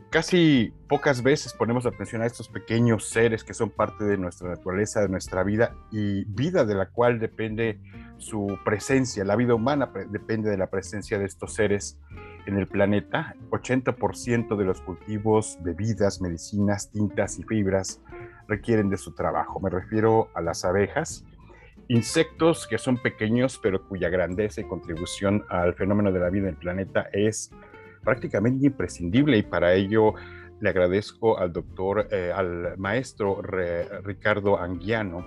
Casi pocas veces ponemos atención a estos pequeños seres que son parte de nuestra naturaleza, de nuestra vida y vida de la cual depende su presencia. La vida humana depende de la presencia de estos seres en el planeta. 80% de los cultivos, bebidas, medicinas, tintas y fibras requieren de su trabajo. Me refiero a las abejas, insectos que son pequeños pero cuya grandeza y contribución al fenómeno de la vida en el planeta es prácticamente imprescindible, y para ello le agradezco al maestro Ricardo Anguiano,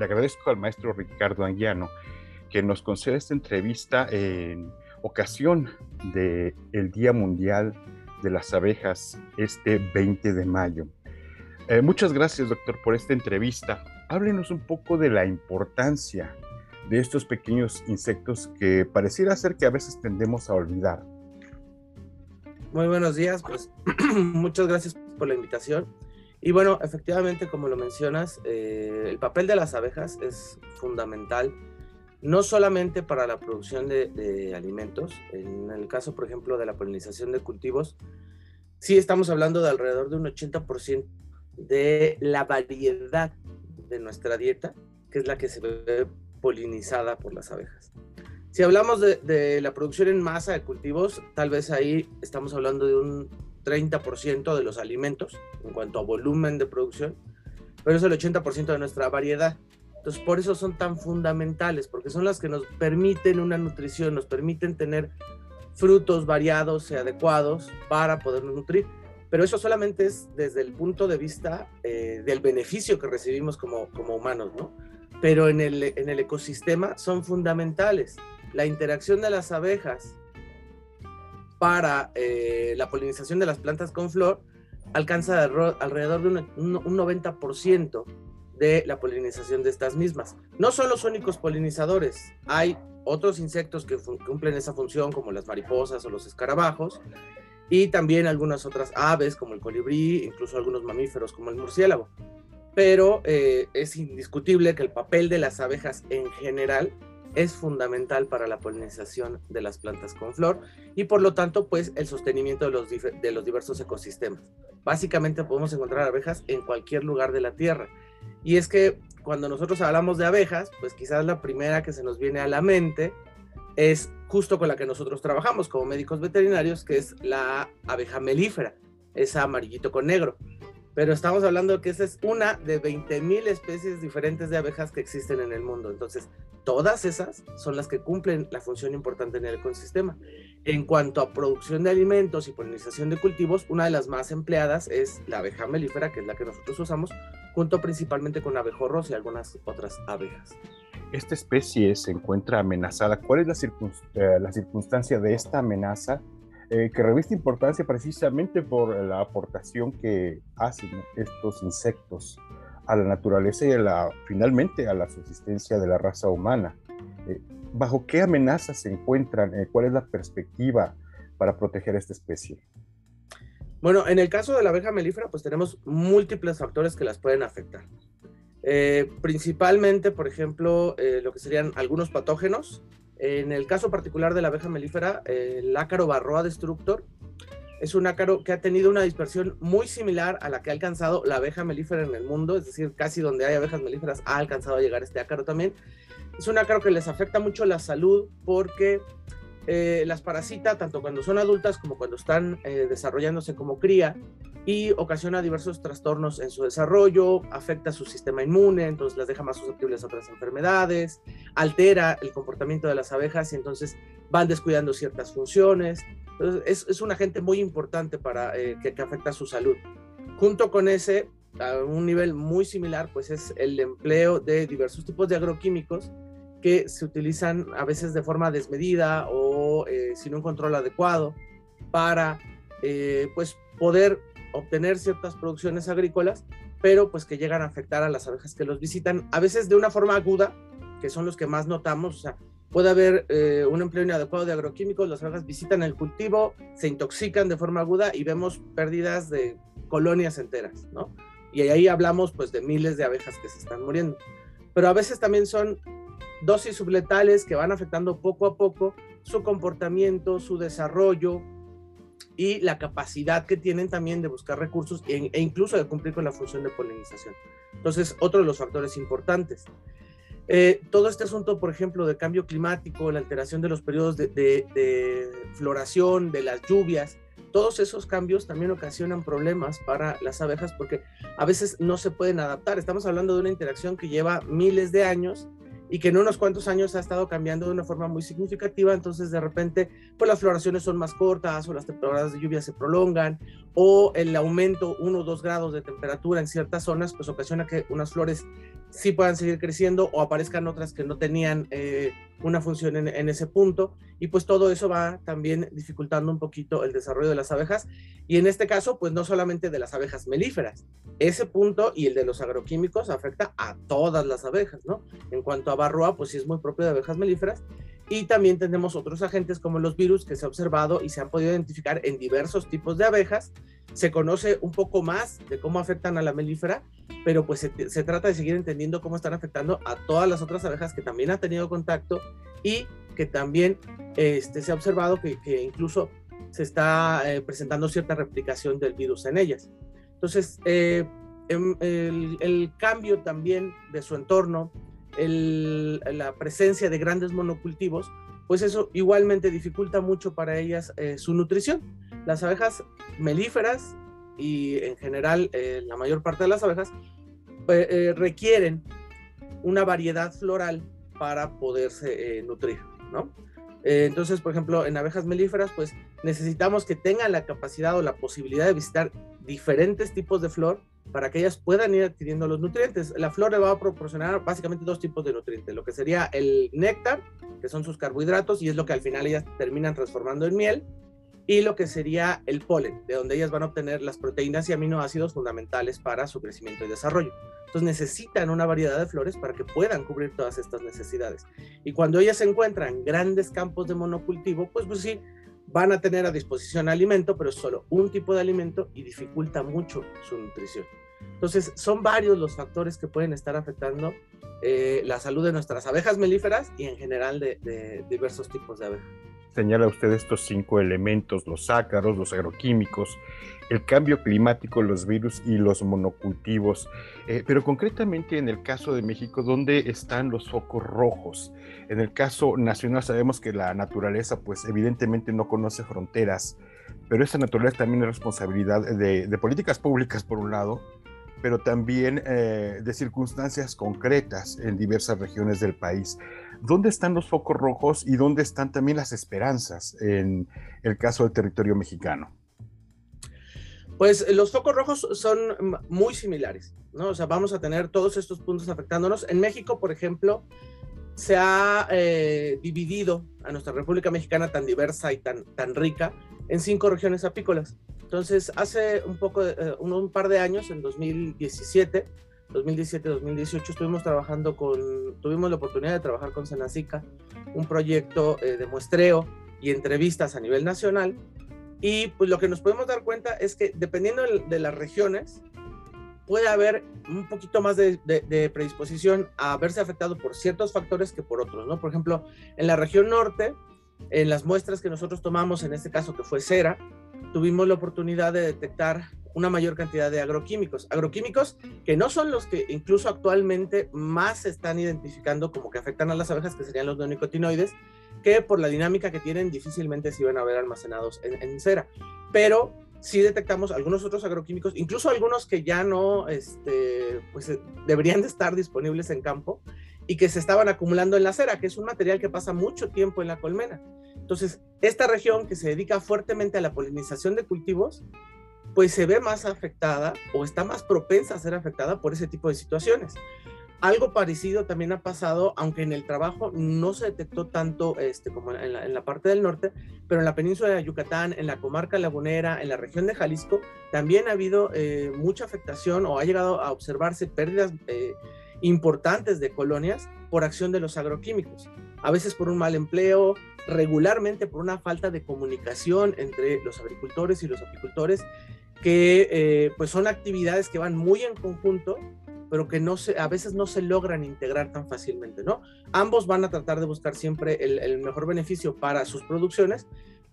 que nos concede esta entrevista en ocasión del Día Mundial de las Abejas, este 20 de mayo. Muchas gracias, doctor, por esta entrevista. Háblenos un poco de la importancia de estos pequeños insectos que pareciera ser que a veces tendemos a olvidar. Muy buenos días, pues muchas gracias por la invitación. Y bueno, efectivamente, como lo mencionas, el papel de las abejas es fundamental, no solamente para la producción de alimentos. En el caso, por ejemplo, de la polinización de cultivos, sí estamos hablando de alrededor de un 80% de la variedad de nuestra dieta, que es la que se ve polinizada por las abejas. Si hablamos de la producción en masa de cultivos, tal vez ahí estamos hablando de un 30% de los alimentos en cuanto a volumen de producción, pero es el 80% de nuestra variedad. Entonces, por eso son tan fundamentales, porque son las que nos permiten una nutrición, nos permiten tener frutos variados y adecuados para podernos nutrir. Pero eso solamente es desde el punto de vista del beneficio que recibimos como humanos, ¿no? Pero en el ecosistema son fundamentales. La interacción de las abejas para la polinización de las plantas con flor alcanza alrededor de un 90% de la polinización de estas mismas. No son los únicos polinizadores, hay otros insectos que cumplen esa función, como las mariposas o los escarabajos, y también algunas otras aves como el colibrí, incluso algunos mamíferos como el murciélago. Pero es indiscutible que el papel de las abejas en general es fundamental para la polinización de las plantas con flor y por lo tanto pues el sostenimiento de los diversos ecosistemas. Básicamente podemos encontrar abejas en cualquier lugar de la tierra, y es que cuando nosotros hablamos de abejas, pues quizás la primera que se nos viene a la mente es justo con la que nosotros trabajamos como médicos veterinarios, que es la abeja melífera, esa amarillito con negro. Pero estamos hablando de que esa es una de 20,000 especies diferentes de abejas que existen en el mundo. Entonces, todas esas son las que cumplen la función importante en el ecosistema. En cuanto a producción de alimentos y polinización de cultivos, una de las más empleadas es la abeja melífera, que es la que nosotros usamos, junto principalmente con abejorros y algunas otras abejas. Esta especie se encuentra amenazada. ¿Cuál es la circunstancia de esta amenaza? Que reviste importancia precisamente por la aportación que hacen estos insectos a la naturaleza y finalmente a la subsistencia de la raza humana. ¿Bajo qué amenazas se encuentran? ¿Cuál es la perspectiva para proteger esta especie? Bueno, en el caso de la abeja melífera, pues tenemos múltiples factores que las pueden afectar. Principalmente, por ejemplo, lo que serían algunos patógenos. En el caso particular de la abeja melífera, el ácaro Varroa destructor es un ácaro que ha tenido una dispersión muy similar a la que ha alcanzado la abeja melífera en el mundo, es decir, casi donde hay abejas melíferas ha alcanzado a llegar este ácaro también. Es un ácaro que les afecta mucho la salud porque las parasita tanto cuando son adultas como cuando están desarrollándose como cría, y ocasiona diversos trastornos en su desarrollo, afecta su sistema inmune, entonces las deja más susceptibles a otras enfermedades, altera el comportamiento de las abejas y entonces van descuidando ciertas funciones. Entonces es un agente muy importante para que afecta su salud. Junto con ese, a un nivel muy similar, pues es el empleo de diversos tipos de agroquímicos que se utilizan a veces de forma desmedida o sin un control adecuado para pues poder obtener ciertas producciones agrícolas, pero pues que llegan a afectar a las abejas que los visitan, a veces de una forma aguda, que son los que más notamos. O sea, puede haber un empleo inadecuado de agroquímicos, las abejas visitan el cultivo, se intoxican de forma aguda y vemos pérdidas de colonias enteras, ¿no? Y ahí hablamos pues de miles de abejas que se están muriendo. Pero a veces también son dosis subletales que van afectando poco a poco su comportamiento, su desarrollo, y la capacidad que tienen también de buscar recursos e incluso de cumplir con la función de polinización. Entonces, otro de los factores importantes. Todo este asunto, por ejemplo, de cambio climático, la alteración de los periodos de floración, de las lluvias, todos esos cambios también ocasionan problemas para las abejas porque a veces no se pueden adaptar. Estamos hablando de una interacción que lleva miles de años y que en unos cuantos años ha estado cambiando de una forma muy significativa. Entonces, de repente, pues las floraciones son más cortas o las temporadas de lluvia se prolongan, o el aumento 1 o 2 grados de temperatura en ciertas zonas pues ocasiona que unas flores sí puedan seguir creciendo o aparezcan otras que no tenían una función en ese punto, y pues todo eso va también dificultando un poquito el desarrollo de las abejas, y en este caso pues no solamente de las abejas melíferas. Ese punto y el de los agroquímicos afecta a todas las abejas, ¿no? En cuanto a varroa, pues sí es muy propio de abejas melíferas, y también tenemos otros agentes como los virus que se ha observado y se han podido identificar en diversos tipos de abejas. Se conoce un poco más de cómo afectan a la melífera, pero pues se trata de seguir entendiendo cómo están afectando a todas las otras abejas que también han tenido contacto y que también se ha observado que incluso se está presentando cierta replicación del virus en ellas. Entonces, el cambio también de su entorno, la presencia de grandes monocultivos, pues eso igualmente dificulta mucho para ellas su nutrición. Las abejas melíferas y en general la mayor parte de las abejas requieren una variedad floral para poderse nutrir, ¿no? Entonces, por ejemplo, en abejas melíferas, pues necesitamos que tengan la capacidad o la posibilidad de visitar diferentes tipos de flor para que ellas puedan ir adquiriendo los nutrientes. La flor le va a proporcionar básicamente 2 tipos de nutrientes, lo que sería el néctar, que son sus carbohidratos, y es lo que al final ellas terminan transformando en miel, y lo que sería el polen, de donde ellas van a obtener las proteínas y aminoácidos fundamentales para su crecimiento y desarrollo. Entonces necesitan una variedad de flores para que puedan cubrir todas estas necesidades. Y cuando ellas se encuentran grandes campos de monocultivo, pues sí, van a tener a disposición alimento, pero es solo un tipo de alimento y dificulta mucho su nutrición. Entonces, son varios los factores que pueden estar afectando la salud de nuestras abejas melíferas y en general de diversos tipos de abejas. Señala usted estos 5 elementos: los ácaros, los agroquímicos, el cambio climático, los virus y los monocultivos. Pero concretamente en el caso de México, ¿dónde están los focos rojos? En el caso nacional sabemos que la naturaleza, pues evidentemente no conoce fronteras, pero esa naturaleza también es responsabilidad de políticas públicas por un lado, pero también de circunstancias concretas en diversas regiones del país. ¿Dónde están los focos rojos y dónde están también las esperanzas en el caso del territorio mexicano? Pues los focos rojos son muy similares, ¿no? O sea, vamos a tener todos estos puntos afectándonos. En México, por ejemplo, se ha dividido a nuestra República Mexicana tan diversa y tan rica en 5 regiones apícolas. Entonces, hace un par de años, en 2017-2018, tuvimos la oportunidad de trabajar con Senacica, un proyecto de muestreo y entrevistas a nivel nacional, y pues lo que nos podemos dar cuenta es que dependiendo de las regiones, puede haber un poquito más de predisposición a verse afectado por ciertos factores que por otros, ¿no? Por ejemplo, en la región norte, en las muestras que nosotros tomamos, en este caso que fue cera, tuvimos la oportunidad de detectar una mayor cantidad de agroquímicos que no son los que incluso actualmente más se están identificando como que afectan a las abejas, que serían los neonicotinoides, que por la dinámica que tienen difícilmente se iban a ver almacenados en cera, pero sí detectamos algunos otros agroquímicos, incluso algunos que ya no pues deberían de estar disponibles en campo y que se estaban acumulando en la cera, que es un material que pasa mucho tiempo en la colmena. Entonces, esta región que se dedica fuertemente a la polinización de cultivos, pues se ve más afectada o está más propensa a ser afectada por ese tipo de situaciones. Algo parecido también ha pasado, aunque en el trabajo no se detectó tanto como en la parte del norte, pero en la península de Yucatán, en la comarca lagunera, en la región de Jalisco, también ha habido mucha afectación o ha llegado a observarse pérdidas importantes de colonias por acción de los agroquímicos. A veces por un mal empleo, regularmente por una falta de comunicación entre los agricultores y los apicultores, que pues son actividades que van muy en conjunto, pero que a veces no se logran integrar tan fácilmente, ¿no? Ambos van a tratar de buscar siempre el mejor beneficio para sus producciones,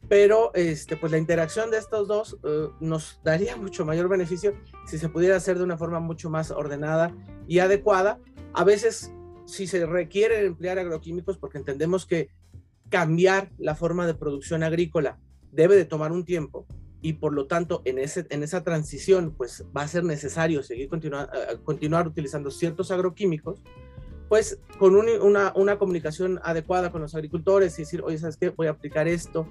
pero pues la interacción de estos dos nos daría mucho mayor beneficio si se pudiera hacer de una forma mucho más ordenada y adecuada. A veces, si se requiere emplear agroquímicos, porque entendemos que cambiar la forma de producción agrícola debe de tomar un tiempo, y por lo tanto en esa transición pues va a ser necesario continuar utilizando ciertos agroquímicos, pues con una comunicación adecuada con los agricultores y decir, oye, ¿sabes qué? Voy a aplicar esto,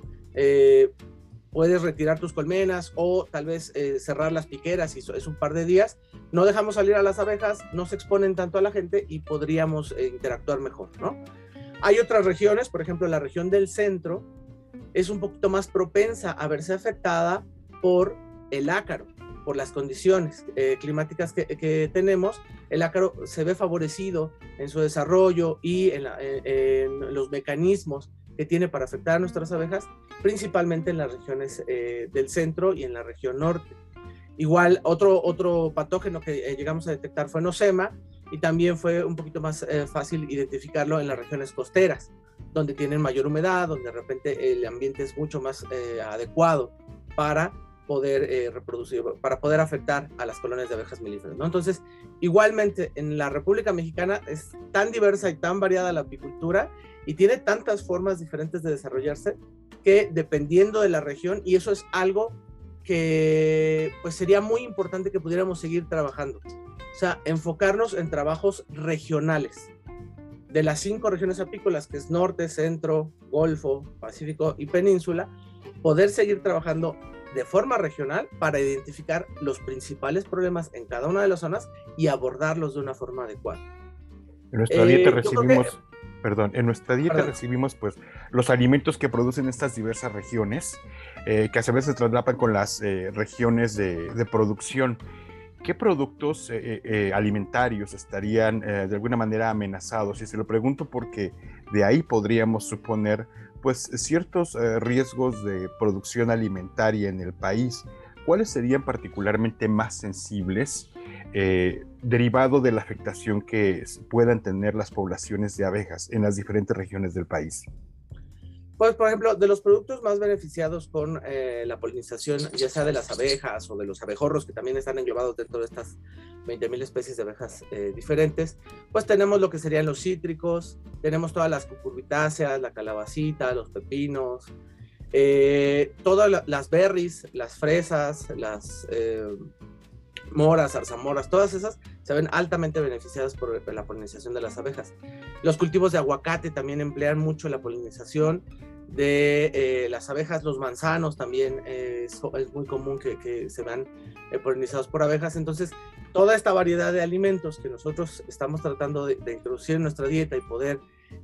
puedes retirar tus colmenas o tal vez cerrar las piqueras, y es un par de días, no dejamos salir a las abejas, no se exponen tanto a la gente y podríamos interactuar mejor, ¿no? Hay otras regiones, por ejemplo, la región del centro es un poquito más propensa a verse afectada por el ácaro, por las condiciones climáticas que tenemos. El ácaro se ve favorecido en su desarrollo y en los mecanismos que tiene para afectar a nuestras abejas, principalmente en las regiones del centro y en la región norte. Igual, otro patógeno que llegamos a detectar fue nosema, y también fue un poquito más fácil identificarlo en las regiones costeras, donde tienen mayor humedad, donde de repente el ambiente es mucho más adecuado para poder reproducir, para poder afectar a las colonias de abejas melíferas, ¿no? Entonces, igualmente, en la República Mexicana es tan diversa y tan variada la apicultura y tiene tantas formas diferentes de desarrollarse que dependiendo de la región, y eso es algo que pues sería muy importante que pudiéramos seguir trabajando. O sea, enfocarnos en trabajos regionales. De las 5 regiones apícolas, que es norte, centro, golfo, pacífico y península, poder seguir trabajando de forma regional para identificar los principales problemas en cada una de las zonas y abordarlos de una forma adecuada. En nuestra dieta recibimos, en nuestra dieta recibimos pues los alimentos que producen estas diversas regiones, que a veces se traslapan con las regiones de producción. ¿Qué productos alimentarios estarían de alguna manera amenazados? Y se lo pregunto porque de ahí podríamos suponer pues ciertos riesgos de producción alimentaria en el país. ¿Cuáles serían particularmente más sensibles derivado de la afectación que puedan tener las poblaciones de abejas en las diferentes regiones del país? Pues, por ejemplo, de los productos más beneficiados con la polinización, ya sea de las abejas o de los abejorros, que también están englobados dentro de estas 20,000 especies de abejas diferentes, pues tenemos lo que serían los cítricos, tenemos todas las cucurbitáceas, la calabacita, los pepinos, todas las berries, las fresas, las moras, zarzamoras, todas esas se ven altamente beneficiadas por la polinización de las abejas. Los cultivos de aguacate también emplean mucho la polinización de las abejas. Los manzanos también es muy común que se vean polinizados por abejas. Entonces, toda esta variedad de alimentos que nosotros estamos tratando de introducir en nuestra dieta y poder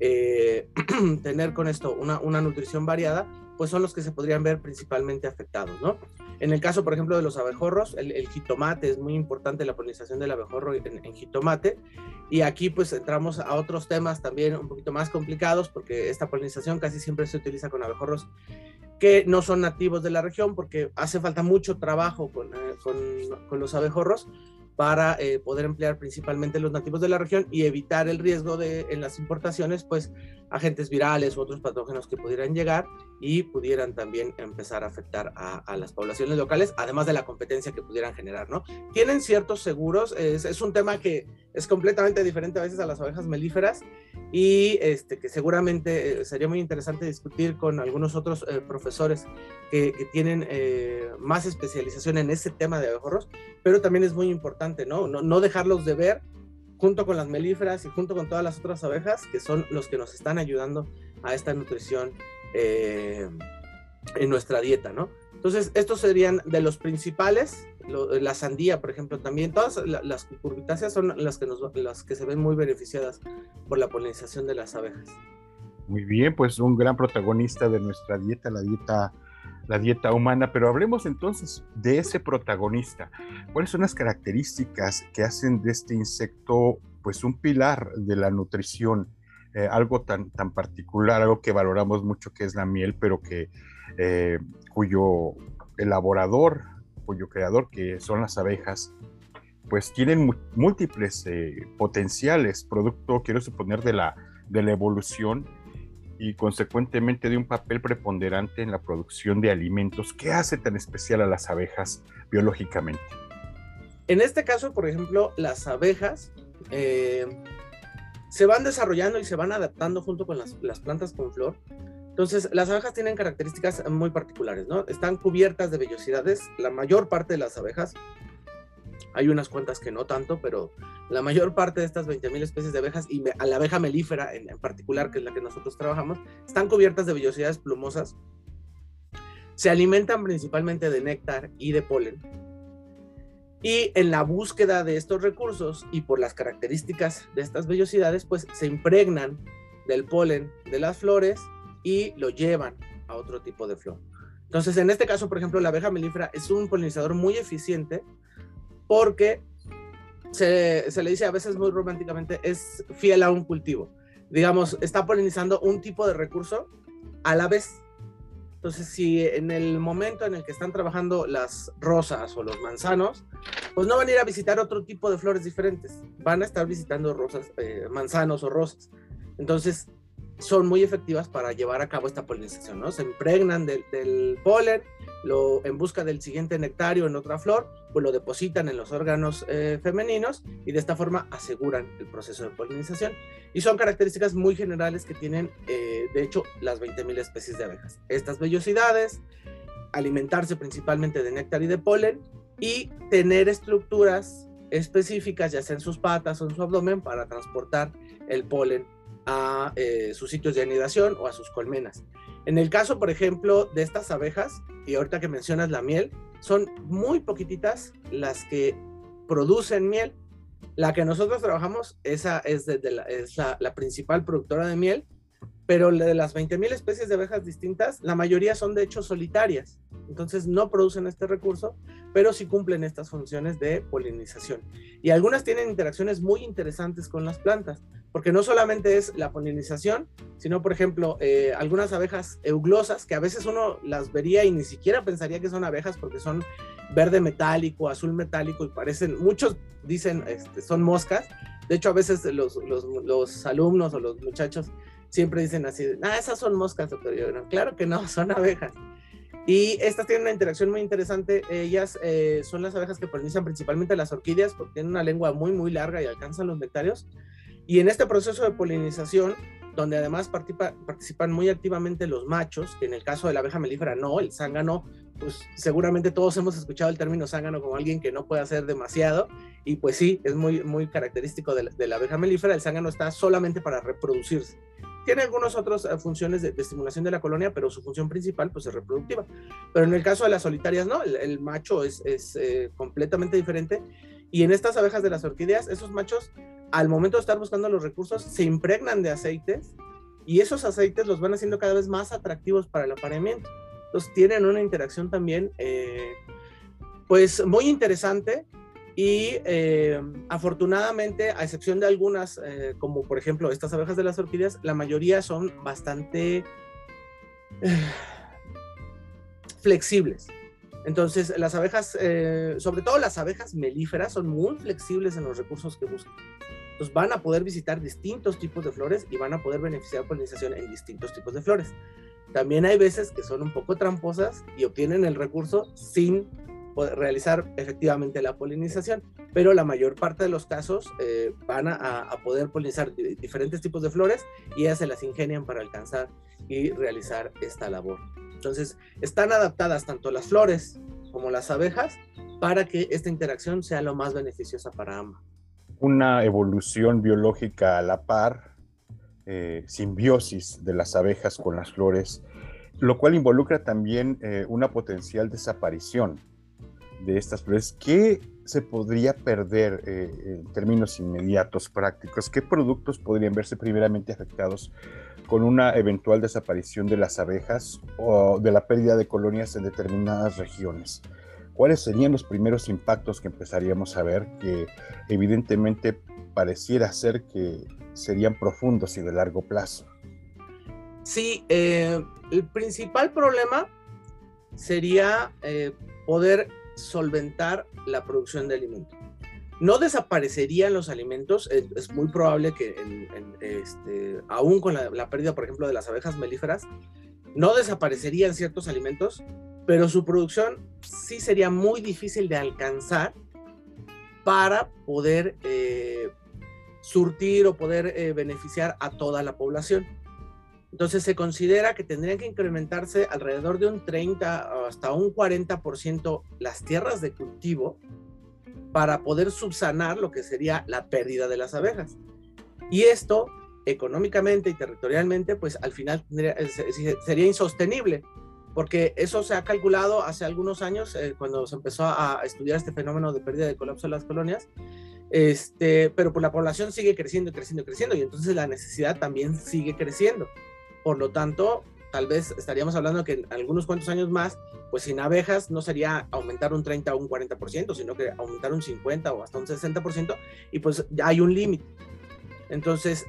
tener con esto una nutrición variada, pues son los que se podrían ver principalmente afectados, ¿no? En el caso, por ejemplo, de los abejorros, el jitomate es muy importante, la polinización del abejorro en jitomate, y aquí pues entramos a otros temas también un poquito más complicados, porque esta polinización casi siempre se utiliza con abejorros que no son nativos de la región, porque hace falta mucho trabajo con los abejorros para poder emplear principalmente los nativos de la región y evitar el riesgo de en las importaciones, pues agentes virales u otros patógenos que pudieran llegar y pudieran también empezar a afectar a las poblaciones locales, además de la competencia que pudieran generar, ¿no? Tienen ciertos seguros, es un tema que es completamente diferente a veces a las abejas melíferas, y que seguramente sería muy interesante discutir con algunos otros profesores que tienen más especialización en ese tema de abejorros, pero también es muy importante, ¿no? No dejarlos de ver junto con las melíferas y junto con todas las otras abejas, que son los que nos están ayudando a esta nutrición en nuestra dieta, ¿no? Entonces, estos serían de los principales. La sandía, por ejemplo, también. Todas las cucurbitáceas son las que se ven muy beneficiadas por la polinización de las abejas. Muy bien, pues un gran protagonista de nuestra dieta, la dieta humana. Pero hablemos entonces de ese protagonista. ¿Cuáles son las características que hacen de este insecto pues un pilar de la nutrición? Algo tan particular, algo que valoramos mucho, que es la miel, pero cuyo elaborador, cuyo creador, que son las abejas, pues tienen múltiples potenciales, producto, quiero suponer, de la evolución, y consecuentemente de un papel preponderante en la producción de alimentos. ¿Qué hace tan especial a las abejas biológicamente? En este caso, por ejemplo, las abejas se van desarrollando y se van adaptando junto con las plantas con flor. Entonces, las abejas tienen características muy particulares, ¿no? Están cubiertas de vellosidades. La mayor parte de las abejas, hay unas cuantas que no tanto, pero la mayor parte de estas 20,000 especies de abejas, y a la abeja melífera en particular, que es la que nosotros trabajamos, están cubiertas de vellosidades plumosas. Se alimentan principalmente de néctar y de polen. Y en la búsqueda de estos recursos y por las características de estas vellosidades, pues se impregnan del polen de las flores y lo llevan a otro tipo de flor. Entonces, en este caso, por ejemplo, la abeja melífera es un polinizador muy eficiente porque se le dice a veces muy románticamente, es fiel a un cultivo. Digamos, está polinizando un tipo de recurso a la vez. Entonces, si en el momento en el que están trabajando las rosas o los manzanos, pues no van a ir a visitar otro tipo de flores diferentes, van a estar visitando rosas, manzanos o rosas. Entonces, son muy efectivas para llevar a cabo esta polinización, ¿no? Se impregnan del polen, en busca del siguiente nectario en otra flor, pues lo depositan en los órganos femeninos y de esta forma aseguran el proceso de polinización. Y son características muy generales que tienen, de hecho, las 20,000 especies de abejas. Estas vellosidades, alimentarse principalmente de néctar y de polen y tener estructuras específicas, ya sea en sus patas o en su abdomen, para transportar el polen a sus sitios de anidación o a sus colmenas. En el caso, por ejemplo, de estas abejas, y ahorita que mencionas la miel, son muy poquititas las que producen miel. La que nosotros trabajamos, esa es la principal productora de miel, pero de las 20,000 especies de abejas distintas, la mayoría son de hecho solitarias. Entonces no producen este recurso, pero sí cumplen estas funciones de polinización. Y algunas tienen interacciones muy interesantes con las plantas, porque no solamente es la polinización, sino, por ejemplo, algunas abejas euglosas, que a veces uno las vería y ni siquiera pensaría que son abejas porque son verde metálico, azul metálico, y parecen, muchos dicen son moscas. De hecho, a veces los alumnos o los muchachos siempre dicen así, esas son moscas, doctor. Yo, no, claro que no, son abejas. Y estas tienen una interacción muy interesante. Ellas son las abejas que polinizan principalmente las orquídeas porque tienen una lengua muy, muy larga y alcanzan los nectarios. Y en este proceso de polinización, donde además participan muy activamente los machos, que en el caso de la abeja melífera no, el zángano, pues seguramente todos hemos escuchado el término zángano como alguien que no puede hacer demasiado, y pues sí, es muy, muy característico de la abeja melífera. El zángano está solamente para reproducirse. Tiene algunas otras funciones de estimulación de la colonia, pero su función principal pues es reproductiva. Pero en el caso de las solitarias no, el macho es completamente diferente. Y en estas abejas de las orquídeas, esos machos, al momento de estar buscando los recursos, se impregnan de aceites, y esos aceites los van haciendo cada vez más atractivos para el apareamiento. Entonces tienen una interacción también pues muy interesante. Y afortunadamente, a excepción de algunas, como por ejemplo estas abejas de las orquídeas, la mayoría son bastante flexibles. Entonces las abejas, sobre todo las abejas melíferas, son muy flexibles en los recursos que buscan. Entonces van a poder visitar distintos tipos de flores y van a poder beneficiar polinización en distintos tipos de flores. También hay veces que son un poco tramposas y obtienen el recurso sin poder realizar efectivamente la polinización, pero la mayor parte de los casos van a poder polinizar diferentes tipos de flores, y ellas se las ingenian para alcanzar y realizar esta labor. Entonces están adaptadas tanto las flores como las abejas para que esta interacción sea lo más beneficiosa para ambas. Una evolución biológica a la par, simbiosis de las abejas con las flores, lo cual involucra también una potencial desaparición de estas flores. ¿Qué se podría perder en términos inmediatos, prácticos? ¿Qué productos podrían verse primeramente afectados con una eventual desaparición de las abejas o de la pérdida de colonias en determinadas regiones? ¿Cuáles serían los primeros impactos que empezaríamos a ver, que evidentemente pareciera ser que serían profundos y de largo plazo? Sí, el principal problema sería poder solventar la producción de alimentos. No desaparecerían los alimentos, es muy probable que aún con la pérdida, por ejemplo, de las abejas melíferas, no desaparecerían ciertos alimentos, pero su producción sí sería muy difícil de alcanzar para poder surtir o poder beneficiar a toda la población. Entonces se considera que tendrían que incrementarse alrededor de un 30 hasta un 40% las tierras de cultivo para poder subsanar lo que sería la pérdida de las abejas. Y esto, económicamente y territorialmente, pues al final sería insostenible, porque eso se ha calculado hace algunos años, cuando se empezó a estudiar este fenómeno de pérdida de colapso de las colonias, pero pues la población sigue creciendo, creciendo, creciendo, y entonces la necesidad también sigue creciendo. Por lo tanto, tal vez estaríamos hablando que en algunos cuantos años más, pues sin abejas no sería aumentar un 30 o un 40%, sino que aumentar un 50 o hasta un 60%, y pues ya hay un límite. Entonces,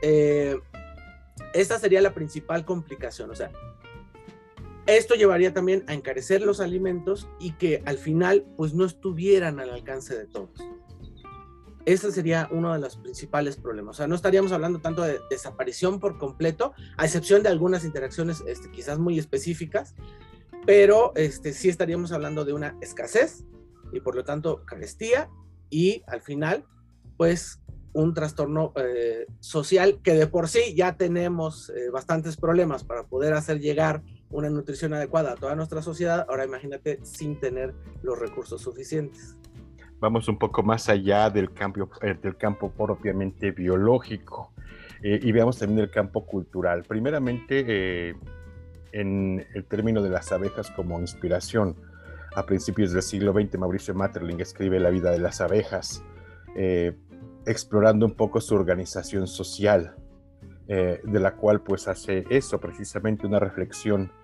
esta sería la principal complicación. O sea, esto llevaría también a encarecer los alimentos y que al final, pues no estuvieran al alcance de todos. Ese sería uno de los principales problemas. O sea, no estaríamos hablando tanto de desaparición por completo, a excepción de algunas interacciones quizás muy específicas, pero sí estaríamos hablando de una escasez y por lo tanto carestía, y al final pues un trastorno social que de por sí ya tenemos bastantes problemas para poder hacer llegar una nutrición adecuada a toda nuestra sociedad. Ahora imagínate sin tener los recursos suficientes. Vamos un poco más allá del campo propiamente biológico, y veamos también el campo cultural. Primeramente, en el término de las abejas como inspiración. A principios del siglo XX, Mauricio Maeterlinck escribe La vida de las abejas, explorando un poco su organización social, de la cual pues hace eso, precisamente una reflexión.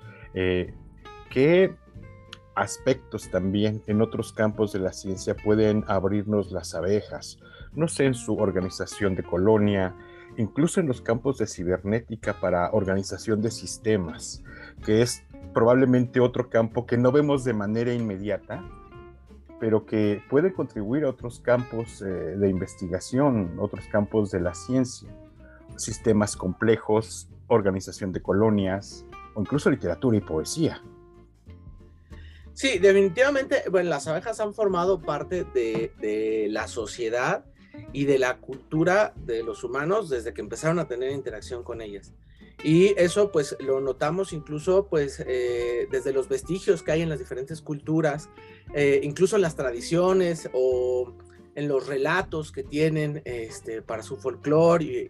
¿Qué aspectos también en otros campos de la ciencia pueden abrirnos las abejas? No sé, en su organización de colonia, incluso en los campos de cibernética para organización de sistemas, que es probablemente otro campo que no vemos de manera inmediata, pero que puede contribuir a otros campos de investigación, otros campos de la ciencia, sistemas complejos, organización de colonias, o incluso literatura y poesía. Sí, definitivamente, bueno, las abejas han formado parte de la sociedad y de la cultura de los humanos desde que empezaron a tener interacción con ellas. Y eso pues lo notamos incluso pues desde los vestigios que hay en las diferentes culturas, incluso en las tradiciones o en los relatos que tienen para su folclore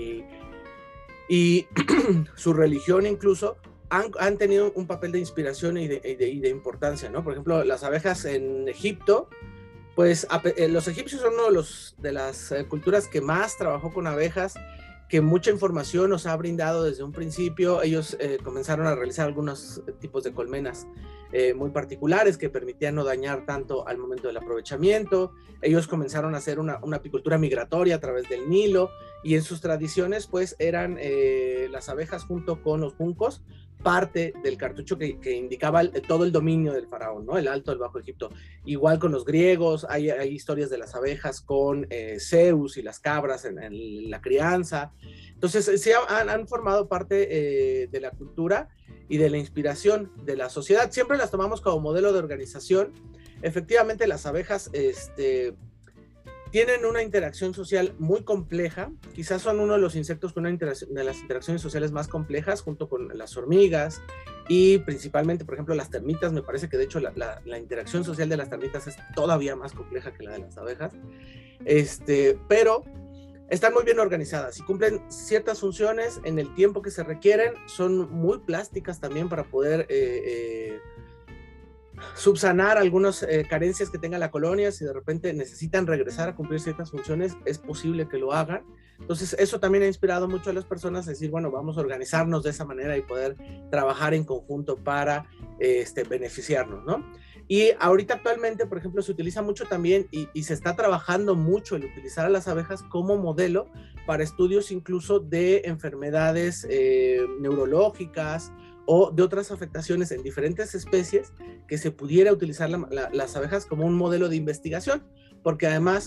y su religión incluso. Han tenido un papel de inspiración y de importancia, ¿no? Por ejemplo, las abejas en Egipto, pues los egipcios son uno de las culturas que más trabajó con abejas, que mucha información nos ha brindado desde un principio. Ellos comenzaron a realizar algunos tipos de colmenas muy particulares que permitían no dañar tanto al momento del aprovechamiento. Ellos comenzaron a hacer una apicultura migratoria a través del Nilo, y en sus tradiciones pues eran las abejas junto con los juncos parte del cartucho que indicaba todo el dominio del faraón, ¿no? El Alto, el Bajo Egipto. Igual con los griegos, hay historias de las abejas con Zeus y las cabras en la crianza. Entonces, sí han formado parte de la cultura y de la inspiración de la sociedad. Siempre las tomamos como modelo de organización. Efectivamente, las abejas tienen una interacción social muy compleja. Quizás son uno de los insectos con una de las interacciones sociales más complejas, junto con las hormigas y principalmente, por ejemplo, las termitas. Me parece que de hecho la interacción social de las termitas es todavía más compleja que la de las abejas. Pero están muy bien organizadas y cumplen ciertas funciones en el tiempo que se requieren. Son muy plásticas también para poder subsanar algunas carencias que tenga la colonia. Si de repente necesitan regresar a cumplir ciertas funciones, es posible que lo hagan. Entonces eso también ha inspirado mucho a las personas a decir, bueno, vamos a organizarnos de esa manera y poder trabajar en conjunto para beneficiarnos, ¿no? Y ahorita actualmente, por ejemplo, se utiliza mucho también y se está trabajando mucho el utilizar a las abejas como modelo para estudios incluso de enfermedades neurológicas o de otras afectaciones en diferentes especies, que se pudiera utilizar las abejas como un modelo de investigación, porque además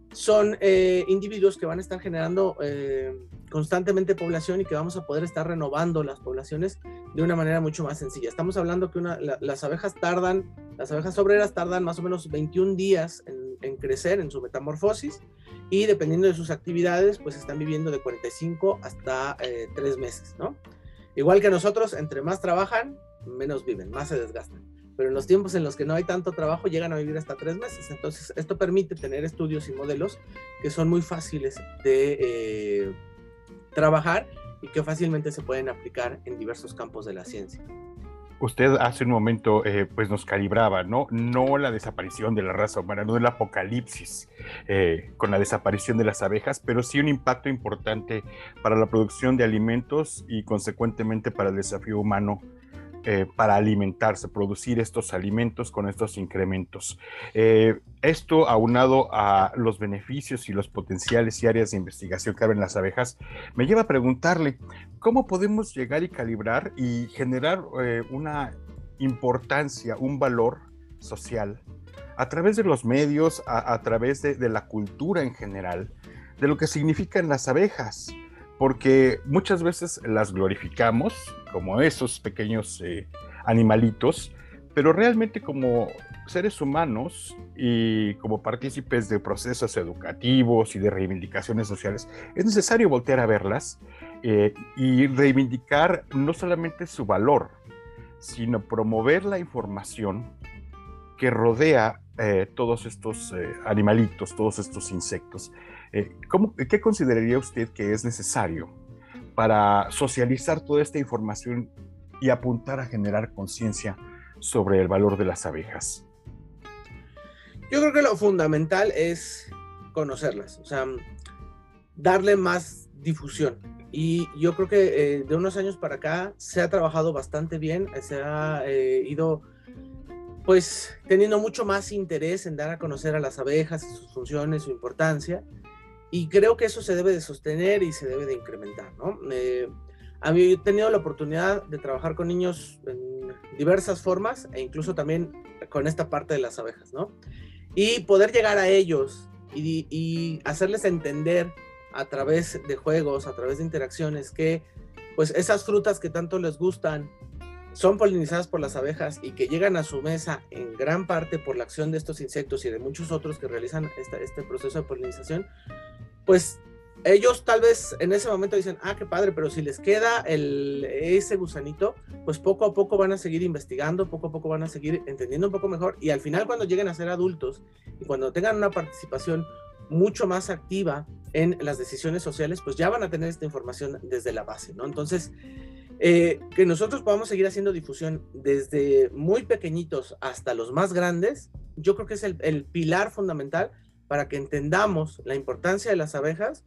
son individuos que van a estar generando constantemente población y que vamos a poder estar renovando las poblaciones de una manera mucho más sencilla. Estamos hablando que las abejas obreras tardan más o menos 21 días en crecer, en su metamorfosis, y dependiendo de sus actividades, pues están viviendo de 45 hasta 3 meses, ¿no? Igual que nosotros, entre más trabajan, menos viven, más se desgastan. Pero en los tiempos en los que no hay tanto trabajo, llegan a vivir hasta 3 meses. Entonces, esto permite tener estudios y modelos que son muy fáciles de trabajar y que fácilmente se pueden aplicar en diversos campos de la ciencia. Usted hace un momento pues nos calibraba, ¿no? No la desaparición de la raza humana, no el apocalipsis con la desaparición de las abejas, pero sí un impacto importante para la producción de alimentos y consecuentemente para el desafío humano para alimentarse, producir estos alimentos con estos incrementos. Esto aunado a los beneficios y los potenciales y áreas de investigación que abren las abejas, me lleva a preguntarle, ¿cómo podemos llegar y calibrar y generar una importancia, un valor social a través de los medios, a través de la cultura en general, de lo que significan las abejas? Porque muchas veces las glorificamos como esos pequeños animalitos, pero realmente como seres humanos y como partícipes de procesos educativos y de reivindicaciones sociales, es necesario voltear a verlas y reivindicar no solamente su valor, sino promover la información que rodea todos estos animalitos, todos estos insectos. ¿Qué consideraría usted que es necesario para socializar toda esta información y apuntar a generar conciencia sobre el valor de las abejas? Yo creo que lo fundamental es conocerlas, o sea, darle más difusión. Y yo creo que de unos años para acá se ha trabajado bastante bien, se ha ido pues teniendo mucho más interés en dar a conocer a las abejas, sus funciones, su importancia. Y creo que eso se debe de sostener y se debe de incrementar, ¿no? A mí he tenido la oportunidad de trabajar con niños en diversas formas e incluso también con esta parte de las abejas, ¿no? Y poder llegar a ellos y hacerles entender a través de juegos, a través de interacciones, que pues esas frutas que tanto les gustan son polinizadas por las abejas y que llegan a su mesa en gran parte por la acción de estos insectos y de muchos otros que realizan este proceso de polinización, pues ellos tal vez en ese momento dicen, ah, qué padre, pero si les queda ese gusanito, pues poco a poco van a seguir investigando, poco a poco van a seguir entendiendo un poco mejor, y al final cuando lleguen a ser adultos y cuando tengan una participación mucho más activa en las decisiones sociales, pues ya van a tener esta información desde la base, ¿no? Entonces, que nosotros podamos seguir haciendo difusión desde muy pequeñitos hasta los más grandes, yo creo que es el pilar fundamental para que entendamos la importancia de las abejas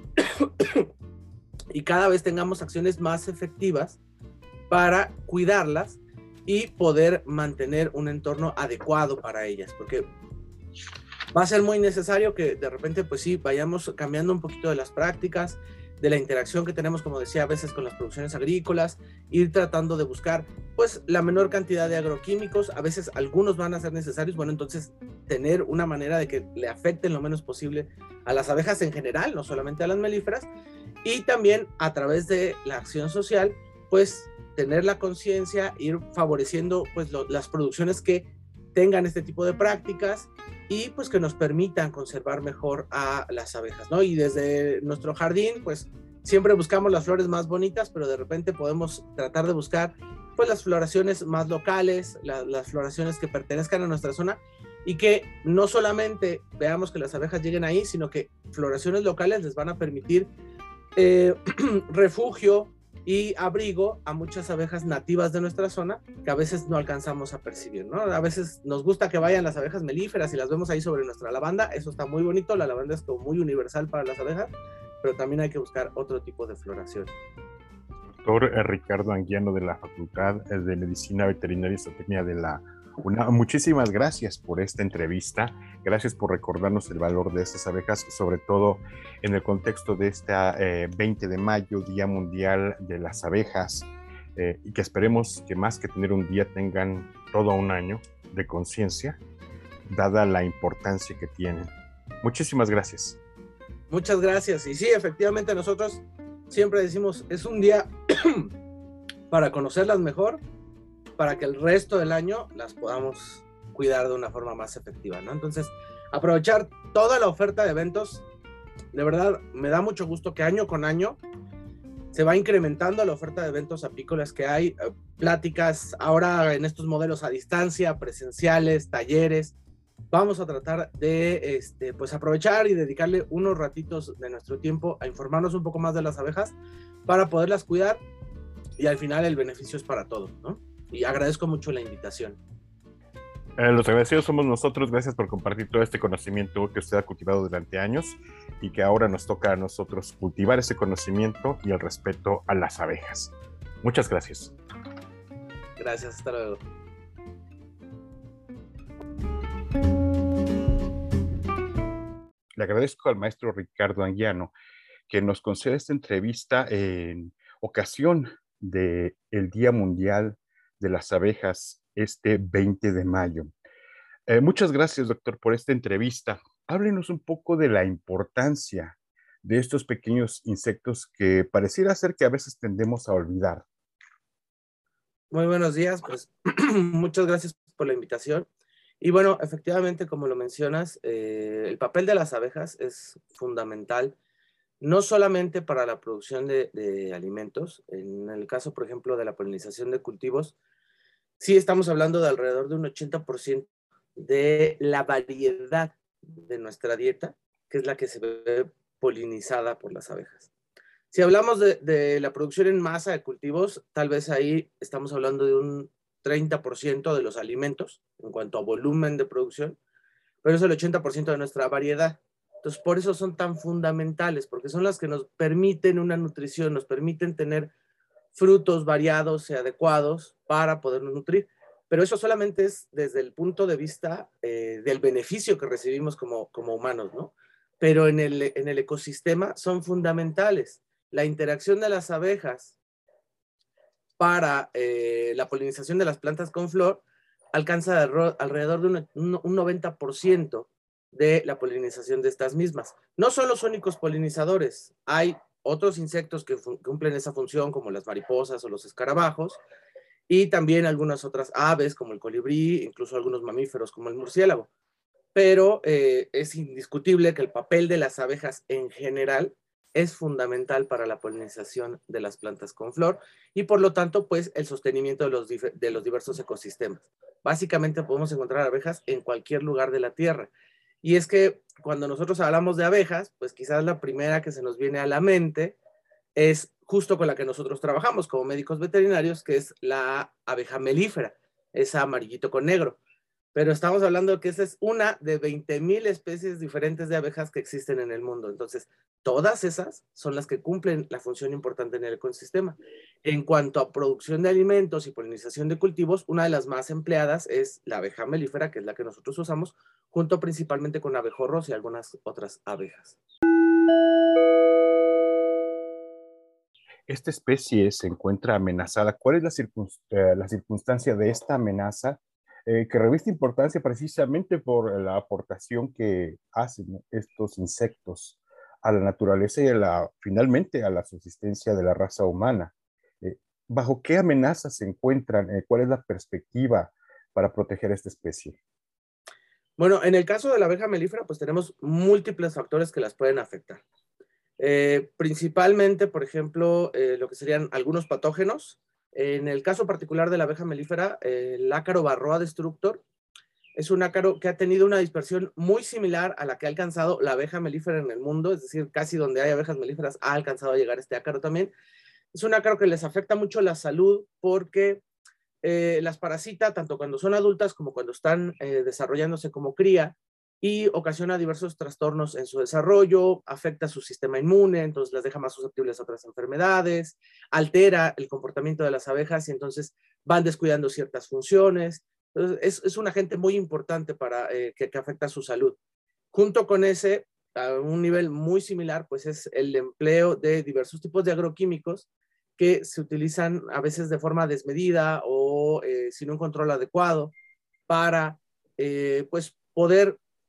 y cada vez tengamos acciones más efectivas para cuidarlas y poder mantener un entorno adecuado para ellas, porque va a ser muy necesario que de repente, pues sí, vayamos cambiando un poquito de las prácticas, de la interacción que tenemos, como decía, a veces con las producciones agrícolas, ir tratando de buscar, pues, la menor cantidad de agroquímicos, a veces algunos van a ser necesarios, bueno, entonces tener una manera de que le afecten lo menos posible a las abejas en general, no solamente a las melíferas, y también a través de la acción social, pues, tener la conciencia, ir favoreciendo, pues, las producciones que tengan este tipo de prácticas y pues que nos permitan conservar mejor a las abejas, ¿no? Y desde nuestro jardín, pues siempre buscamos las flores más bonitas, pero de repente podemos tratar de buscar pues las floraciones más locales, las floraciones que pertenezcan a nuestra zona y que no solamente veamos que las abejas lleguen ahí, sino que floraciones locales les van a permitir refugio y abrigo a muchas abejas nativas de nuestra zona que a veces no alcanzamos a percibir, ¿no? A veces nos gusta que vayan las abejas melíferas y las vemos ahí sobre nuestra lavanda, eso está muy bonito, la lavanda es como muy universal para las abejas, pero también hay que buscar otro tipo de floración. Doctor Ricardo Anguiano de la Facultad de Medicina Veterinaria y Zootecnia de la UNAM, muchísimas gracias por esta entrevista, gracias por recordarnos el valor de estas abejas, sobre todo en el contexto de este 20 de mayo, Día Mundial de las Abejas, y que esperemos que más que tener un día tengan todo un año de conciencia, dada la importancia que tienen Muchísimas gracias. Muchas gracias. Y sí, efectivamente nosotros siempre decimos, es un día para conocerlas mejor, para que el resto del año las podamos cuidar de una forma más efectiva, ¿no? Entonces, aprovechar toda la oferta de eventos. De verdad, me da mucho gusto que año con año se va incrementando la oferta de eventos apícolas que hay, pláticas ahora en estos modelos a distancia, presenciales, talleres. Vamos a tratar de pues aprovechar y dedicarle unos ratitos de nuestro tiempo a informarnos un poco más de las abejas para poderlas cuidar, y al final el beneficio es para todos, ¿no? Y agradezco mucho la invitación. Los agradecidos somos nosotros. Gracias por compartir todo este conocimiento que usted ha cultivado durante años y que ahora nos toca a nosotros cultivar ese conocimiento y el respeto a las abejas. Muchas gracias. Gracias, hasta luego. Le agradezco al maestro Ricardo Anguiano que nos concede esta entrevista en ocasión del Día Mundial de las Abejas este 20 de mayo. Muchas gracias, doctor, por esta entrevista. Háblenos un poco de la importancia de estos pequeños insectos que pareciera ser que a veces tendemos a olvidar. Muy buenos días, pues muchas gracias por la invitación. Y bueno, efectivamente, como lo mencionas, el papel de las abejas es fundamental, no solamente para la producción de alimentos. En el caso, por ejemplo, de la polinización de cultivos, sí estamos hablando de alrededor de un 80% de la variedad de nuestra dieta, que es la que se ve polinizada por las abejas. Si hablamos de la producción en masa de cultivos, tal vez ahí estamos hablando de un 30% de los alimentos en cuanto a volumen de producción, pero es el 80% de nuestra variedad. Entonces, por eso son tan fundamentales, porque son las que nos permiten una nutrición, nos permiten tener frutos variados y adecuados para podernos nutrir. Pero eso solamente es desde el punto de vista del beneficio que recibimos como humanos, ¿no? Pero en el ecosistema son fundamentales. La interacción de las abejas para la polinización de las plantas con flor alcanza alrededor de un 90% de la polinización de estas mismas. No son los únicos polinizadores, hay otros insectos que cumplen esa función, como las mariposas o los escarabajos, y también algunas otras aves, como el colibrí, incluso algunos mamíferos, como el murciélago. Pero es indiscutible que el papel de las abejas en general es fundamental para la polinización de las plantas con flor y por lo tanto, pues, el sostenimiento de los diversos ecosistemas. Básicamente podemos encontrar abejas en cualquier lugar de la Tierra. Y es que cuando nosotros hablamos de abejas, pues quizás la primera que se nos viene a la mente es justo con la que nosotros trabajamos como médicos veterinarios, que es la abeja melífera, esa amarillito con negro. Pero estamos hablando que esa es una de 20,000 especies diferentes de abejas que existen en el mundo. Entonces, todas esas son las que cumplen la función importante en el ecosistema. En cuanto a producción de alimentos y polinización de cultivos, una de las más empleadas es la abeja melífera, que es la que nosotros usamos, junto principalmente con abejorros y algunas otras abejas. Esta especie se encuentra amenazada. ¿Cuál es la circunstancia de esta amenaza que reviste importancia precisamente por la aportación que hacen estos insectos a la naturaleza y finalmente a la subsistencia de la raza humana? ¿Bajo qué amenazas se encuentran? ¿Cuál es la perspectiva para proteger esta especie? Bueno, en el caso de la abeja melífera, pues tenemos múltiples factores que las pueden afectar. Principalmente, por ejemplo, lo que serían algunos patógenos. En el caso particular de la abeja melífera, el ácaro Varroa destructor es un ácaro que ha tenido una dispersión muy similar a la que ha alcanzado la abeja melífera en el mundo, es decir, casi donde hay abejas melíferas ha alcanzado a llegar este ácaro también. Es un ácaro que les afecta mucho la salud porque las parasita tanto cuando son adultas como cuando están desarrollándose como cría, y ocasiona diversos trastornos en su desarrollo, afecta su sistema inmune, entonces las deja más susceptibles a otras enfermedades, altera el comportamiento de las abejas y entonces van descuidando ciertas funciones. Entonces es un agente muy importante para que afecta su salud. Junto con ese, a un nivel muy similar, pues es el empleo de diversos tipos de agroquímicos que se utilizan a veces de forma desmedida o sin un control adecuado para pues poder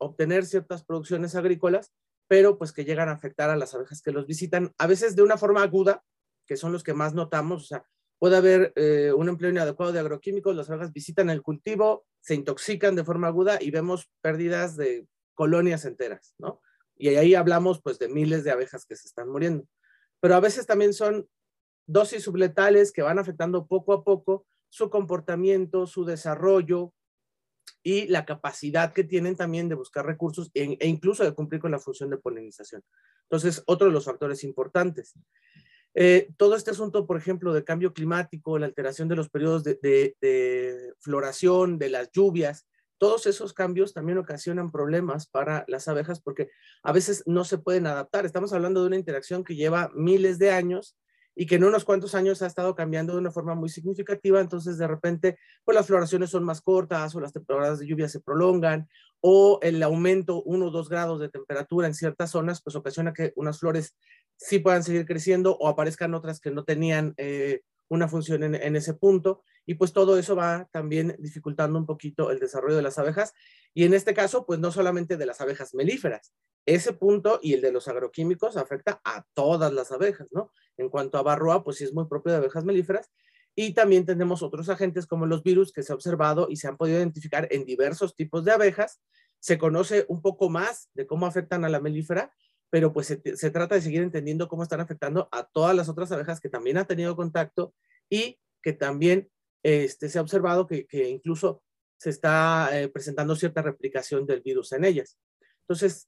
obtener ciertas producciones agrícolas, pero pues que llegan a afectar a las abejas que los visitan, a veces de una forma aguda, que son los que más notamos. O sea, puede haber un empleo inadecuado de agroquímicos, las abejas visitan el cultivo, se intoxican de forma aguda y vemos pérdidas de colonias enteras, ¿no? Y ahí hablamos pues de miles de abejas que se están muriendo. Pero a veces también son dosis subletales que van afectando poco a poco su comportamiento, su desarrollo y la capacidad que tienen también de buscar recursos e incluso de cumplir con la función de polinización. Entonces, otro de los factores importantes. Todo este asunto, por ejemplo, de cambio climático, la alteración de los periodos de floración, de las lluvias, todos esos cambios también ocasionan problemas para las abejas porque a veces no se pueden adaptar. Estamos hablando de una interacción que lleva miles de años y que en unos cuantos años ha estado cambiando de una forma muy significativa. Entonces, de repente, pues las floraciones son más cortas o las temporadas de lluvia se prolongan o el aumento 1 o 2 grados de temperatura en ciertas zonas, pues ocasiona que unas flores sí puedan seguir creciendo o aparezcan otras que no tenían una función en ese punto, y pues todo eso va también dificultando un poquito el desarrollo de las abejas, y en este caso, pues no solamente de las abejas melíferas, ese punto y el de los agroquímicos afecta a todas las abejas, ¿no? En cuanto a varroa, pues sí es muy propio de abejas melíferas, y también tenemos otros agentes como los virus que se ha observado y se han podido identificar en diversos tipos de abejas. Se conoce un poco más de cómo afectan a la melífera, pero pues se trata de seguir entendiendo cómo están afectando a todas las otras abejas que también han tenido contacto y que también se ha observado que incluso se está presentando cierta replicación del virus en ellas. Entonces,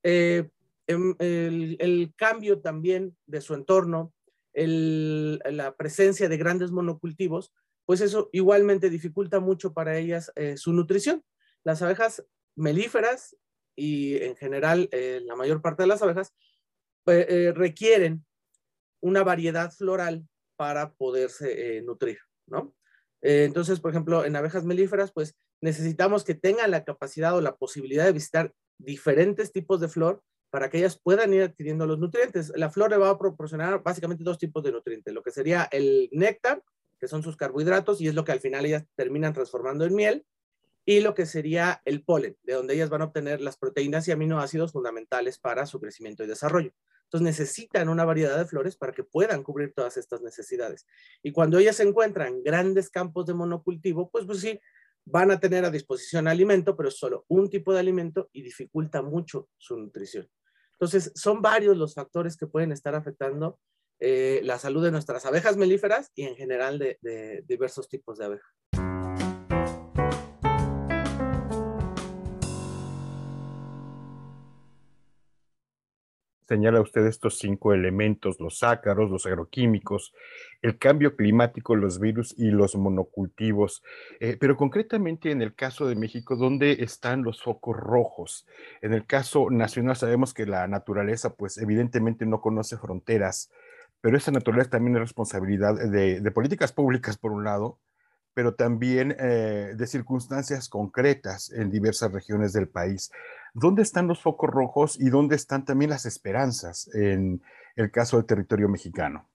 el cambio también de su entorno, la presencia de grandes monocultivos, pues eso igualmente dificulta mucho para ellas su nutrición. Las abejas melíferas y en general la mayor parte de las abejas requieren una variedad floral para poderse nutrir, ¿no? Entonces, por ejemplo, en abejas melíferas, pues necesitamos que tengan la capacidad o la posibilidad de visitar diferentes tipos de flor para que ellas puedan ir adquiriendo los nutrientes. La flor le va a proporcionar básicamente 2 tipos de nutrientes, lo que sería el néctar, que son sus carbohidratos, y es lo que al final ellas terminan transformando en miel, y lo que sería el polen, de donde ellas van a obtener las proteínas y aminoácidos fundamentales para su crecimiento y desarrollo. Entonces necesitan una variedad de flores para que puedan cubrir todas estas necesidades. Y cuando ellas se encuentran grandes campos de monocultivo, pues sí, van a tener a disposición alimento, pero es solo un tipo de alimento y dificulta mucho su nutrición. Entonces son varios los factores que pueden estar afectando la salud de nuestras abejas melíferas y en general de diversos tipos de abejas. Señala usted estos 5 elementos: los ácaros, los agroquímicos, el cambio climático, los virus y los monocultivos. Pero concretamente en el caso de México, ¿dónde están los focos rojos? En el caso nacional sabemos que la naturaleza, pues evidentemente no conoce fronteras, pero esa naturaleza también es responsabilidad de políticas públicas, por un lado, pero también de circunstancias concretas en diversas regiones del país. ¿Dónde están los focos rojos y dónde están también las esperanzas en el caso del territorio mexicano?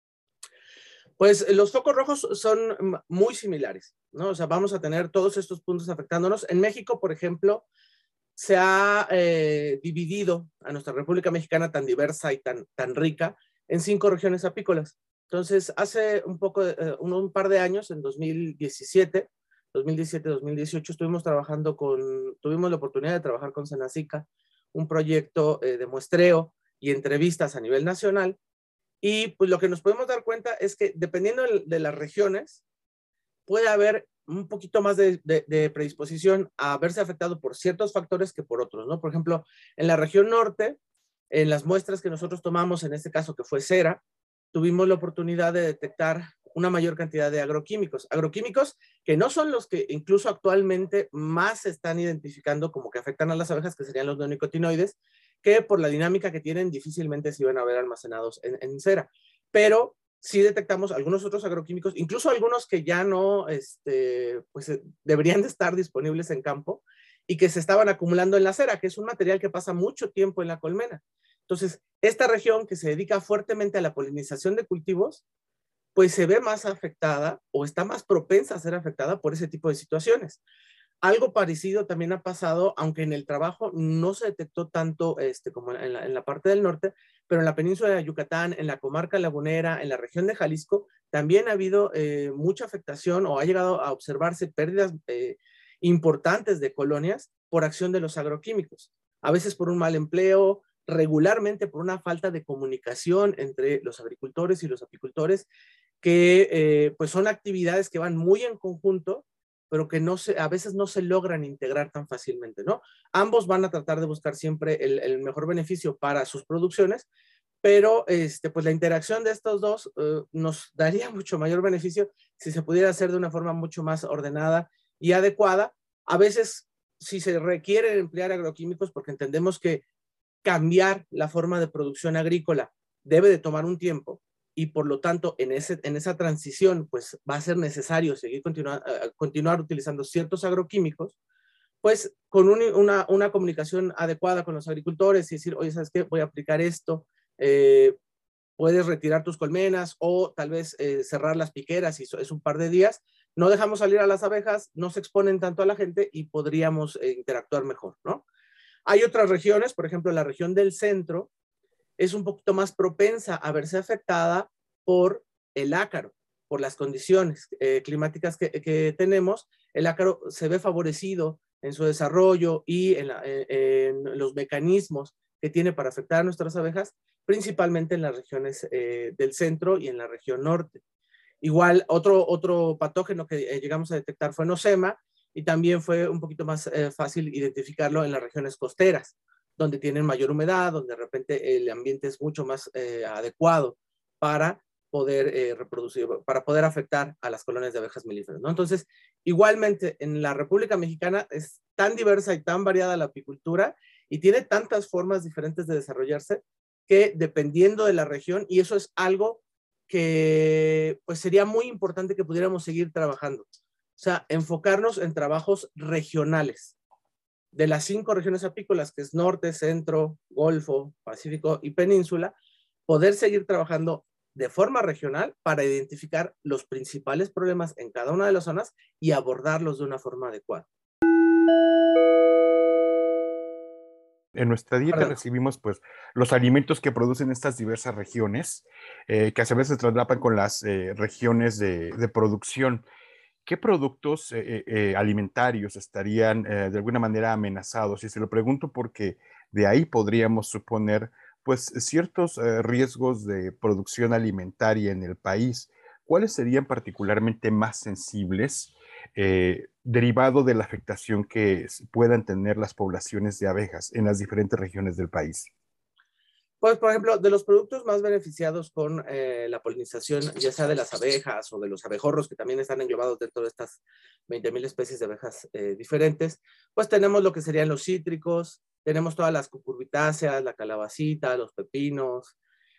Pues los focos rojos son muy similares, ¿no? O sea, vamos a tener todos estos puntos afectándonos. En México, por ejemplo, se ha dividido a nuestra República Mexicana tan diversa y tan rica en 5 regiones apícolas. Entonces, hace un par de años, en 2017, 2018, tuvimos la oportunidad de trabajar con Senacica, un proyecto de muestreo y entrevistas a nivel nacional. Y pues lo que nos podemos dar cuenta es que dependiendo de las regiones, puede haber un poquito más de predisposición a verse afectado por ciertos factores que por otros, ¿no? Por ejemplo, en la región norte, en las muestras que nosotros tomamos, en este caso que fue cera, tuvimos la oportunidad de detectar una mayor cantidad de agroquímicos que no son los que incluso actualmente más se están identificando como que afectan a las abejas, que serían los neonicotinoides, que por la dinámica que tienen difícilmente se iban a ver almacenados en cera. Pero sí detectamos algunos otros agroquímicos, incluso algunos que ya no pues, deberían de estar disponibles en campo y que se estaban acumulando en la cera, que es un material que pasa mucho tiempo en la colmena. Entonces, esta región que se dedica fuertemente a la polinización de cultivos, pues se ve más afectada o está más propensa a ser afectada por ese tipo de situaciones. Algo parecido también ha pasado, aunque en el trabajo no se detectó tanto como en la parte del norte, pero en la península de Yucatán, en la comarca lagunera, en la región de Jalisco, también ha habido mucha afectación o ha llegado a observarse pérdidas importantes de colonias por acción de los agroquímicos. A veces por un mal empleo, regularmente por una falta de comunicación entre los agricultores y los apicultores, que pues son actividades que van muy en conjunto, pero que a veces no se logran integrar tan fácilmente, ¿no? Ambos van a tratar de buscar siempre el mejor beneficio para sus producciones, pero pues la interacción de estos dos nos daría mucho mayor beneficio si se pudiera hacer de una forma mucho más ordenada y adecuada. A veces, si se requiere emplear agroquímicos, porque entendemos que cambiar la forma de producción agrícola debe de tomar un tiempo, y por lo tanto en esa transición pues va a ser necesario continuar utilizando ciertos agroquímicos, pues con una comunicación adecuada con los agricultores y decir, oye, ¿sabes qué? Voy a aplicar esto, puedes retirar tus colmenas o tal vez cerrar las piqueras y es un par de días, no dejamos salir a las abejas, no se exponen tanto a la gente y podríamos interactuar mejor, ¿no? Hay otras regiones, por ejemplo, la región del centro es un poquito más propensa a verse afectada por el ácaro, por las condiciones climáticas que tenemos. El ácaro se ve favorecido en su desarrollo y en los mecanismos que tiene para afectar a nuestras abejas, principalmente en las regiones del centro y en la región norte. Igual, otro patógeno que llegamos a detectar fue nosema, y también fue un poquito más fácil identificarlo en las regiones costeras, donde tienen mayor humedad, donde de repente el ambiente es mucho más adecuado para poder reproducir, para poder afectar a las colonias de abejas melíferas, ¿no? Entonces, igualmente, en la República Mexicana es tan diversa y tan variada la apicultura y tiene tantas formas diferentes de desarrollarse que dependiendo de la región, y eso es algo que pues sería muy importante que pudiéramos seguir trabajando. O sea, enfocarnos en trabajos regionales. De las 5 regiones apícolas, que es norte, centro, golfo, pacífico y península, poder seguir trabajando de forma regional para identificar los principales problemas en cada una de las zonas y abordarlos de una forma adecuada. En nuestra dieta Perdón. recibimos pues los alimentos que producen estas diversas regiones, que a su vez se traslapan con las regiones de producción. ¿Qué productos alimentarios estarían de alguna manera amenazados? Y se lo pregunto porque de ahí podríamos suponer pues ciertos riesgos de producción alimentaria en el país. ¿Cuáles serían particularmente más sensibles derivado de la afectación que puedan tener las poblaciones de abejas en las diferentes regiones del país? Pues, por ejemplo, de los productos más beneficiados con la polinización, ya sea de las abejas o de los abejorros, que también están englobados dentro de estas 20,000 especies de abejas diferentes, pues tenemos lo que serían los cítricos, tenemos todas las cucurbitáceas, la calabacita, los pepinos,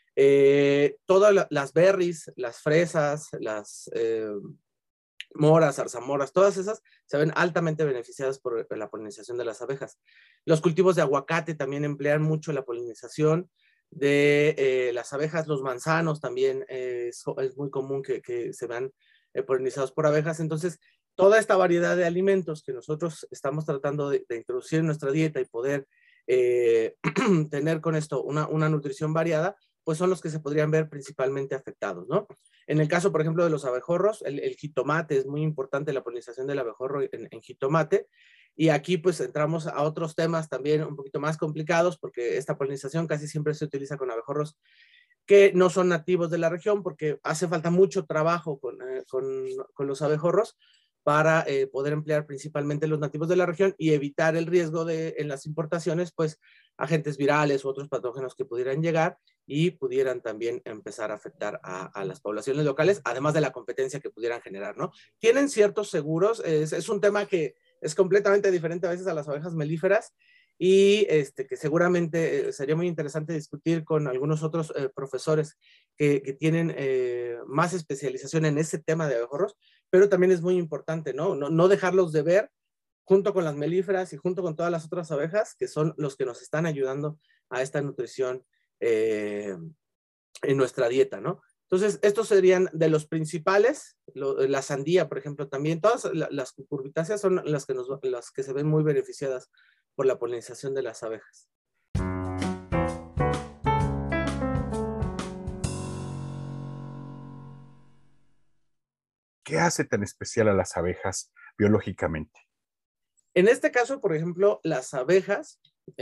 todas las berries, las fresas, las moras, zarzamoras, todas esas se ven altamente beneficiadas por la polinización de las abejas. Los cultivos de aguacate también emplean mucho la polinización de las abejas. Los manzanos también es muy común que se vean polinizados por abejas. Entonces, toda esta variedad de alimentos que nosotros estamos tratando de introducir en nuestra dieta y poder tener con esto una nutrición variada, pues son los que se podrían ver principalmente afectados, ¿no? En el caso, por ejemplo, de los abejorros, el jitomate es muy importante, la polinización del abejorro en jitomate. Y aquí pues entramos a otros temas también un poquito más complicados, porque esta polinización casi siempre se utiliza con abejorros que no son nativos de la región, porque hace falta mucho trabajo con los abejorros para poder emplear principalmente los nativos de la región y evitar el riesgo de en las importaciones, pues agentes virales u otros patógenos que pudieran llegar y pudieran también empezar a afectar a las poblaciones locales, además de la competencia que pudieran generar, ¿no? Tienen ciertos seguros, es un tema que es completamente diferente a veces a las abejas melíferas, y que seguramente sería muy interesante discutir con algunos otros profesores que tienen más especialización en ese tema de abejorros, pero también es muy importante, ¿no? No dejarlos de ver junto con las melíferas y junto con todas las otras abejas, que son los que nos están ayudando a esta nutrición en nuestra dieta, ¿no? Entonces, estos serían de los principales, la sandía, por ejemplo, también. Todas las cucurbitáceas son las que se ven muy beneficiadas por la polinización de las abejas. ¿Qué hace tan especial a las abejas biológicamente? En este caso, por ejemplo, las abejas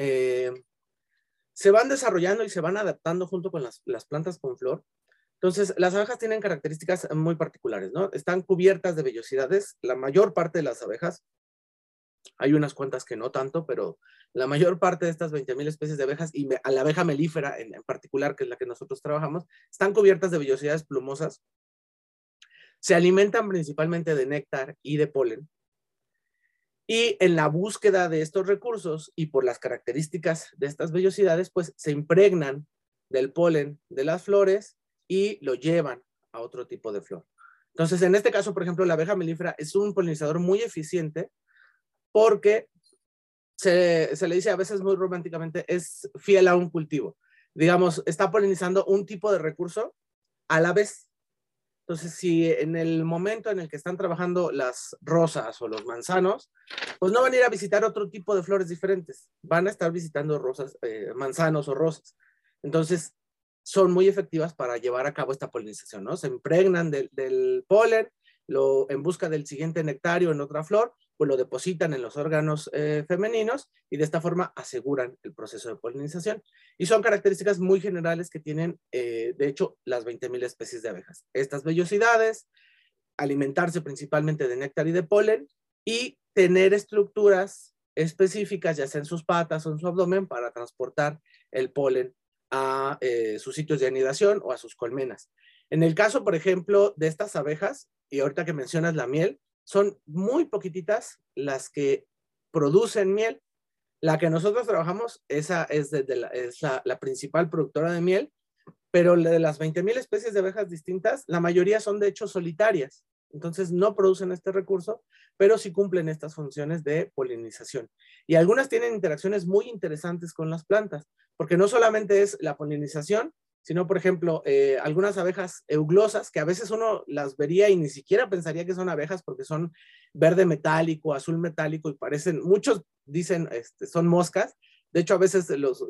se van desarrollando y se van adaptando junto con las plantas con flor. Entonces, las abejas tienen características muy particulares, ¿no? Están cubiertas de vellosidades. La mayor parte de las abejas, hay unas cuantas que no tanto, pero la mayor parte de estas 20,000 especies de abejas, y a la abeja melífera en particular, que es la que nosotros trabajamos, están cubiertas de vellosidades plumosas. Se alimentan principalmente de néctar y de polen. Y en la búsqueda de estos recursos y por las características de estas vellosidades, pues se impregnan del polen de las flores y lo llevan a otro tipo de flor. Entonces, en este caso, por ejemplo, la abeja melífera es un polinizador muy eficiente porque se le dice a veces muy románticamente, es fiel a un cultivo. Digamos, está polinizando un tipo de recurso a la vez. Entonces, si en el momento en el que están trabajando las rosas o los manzanos, pues no van a ir a visitar otro tipo de flores diferentes, van a estar visitando rosas, manzanos o rosas. Entonces, son muy efectivas para llevar a cabo esta polinización, ¿no? Se impregnan del polen, en busca del siguiente nectario en otra flor, pues lo depositan en los órganos femeninos y de esta forma aseguran el proceso de polinización. Y son características muy generales que tienen, de hecho, las 20,000 especies de abejas. Estas vellosidades, alimentarse principalmente de néctar y de polen y tener estructuras específicas, ya sea en sus patas o en su abdomen, para transportar el polen a sus sitios de anidación o a sus colmenas. En el caso, por ejemplo, de estas abejas, y ahorita que mencionas la miel, son muy poquititas las que producen miel. La que nosotros trabajamos, esa es la principal productora de miel, pero de las 20,000 especies de abejas distintas, la mayoría son de hecho solitarias. Entonces no producen este recurso, pero sí cumplen estas funciones de polinización. Y algunas tienen interacciones muy interesantes con las plantas, porque no solamente es la polinización, sino, por ejemplo, algunas abejas euglosas, que a veces uno las vería y ni siquiera pensaría que son abejas porque son verde metálico, azul metálico y parecen, muchos dicen, son moscas. De hecho, a veces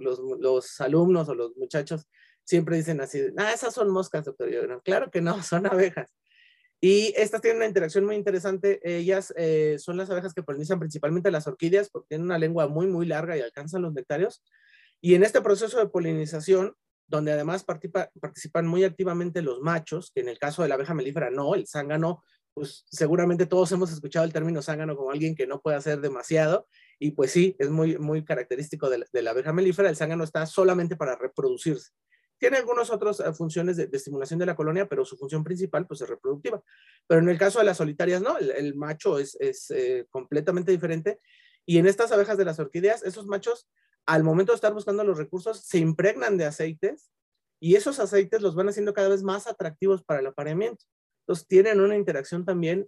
los alumnos o los muchachos siempre dicen así, esas son moscas, doctor. Yo, no, claro que no, son abejas. Y estas tienen una interacción muy interesante. Ellas son las abejas que polinizan principalmente las orquídeas porque tienen una lengua muy, muy larga y alcanzan los nectarios. Y en este proceso de polinización, donde además participan muy activamente los machos, que en el caso de la abeja melífera no, el zángano, pues seguramente todos hemos escuchado el término zángano como alguien que no puede hacer demasiado, y pues sí, es muy, muy característico de la abeja melífera. El zángano está solamente para reproducirse. Tiene algunas otras funciones de estimulación de la colonia, pero su función principal pues es reproductiva. Pero en el caso de las solitarias no, el macho es completamente diferente. Y en estas abejas de las orquídeas, esos machos, al momento de estar buscando los recursos, se impregnan de aceites y esos aceites los van haciendo cada vez más atractivos para el apareamiento. Entonces tienen una interacción también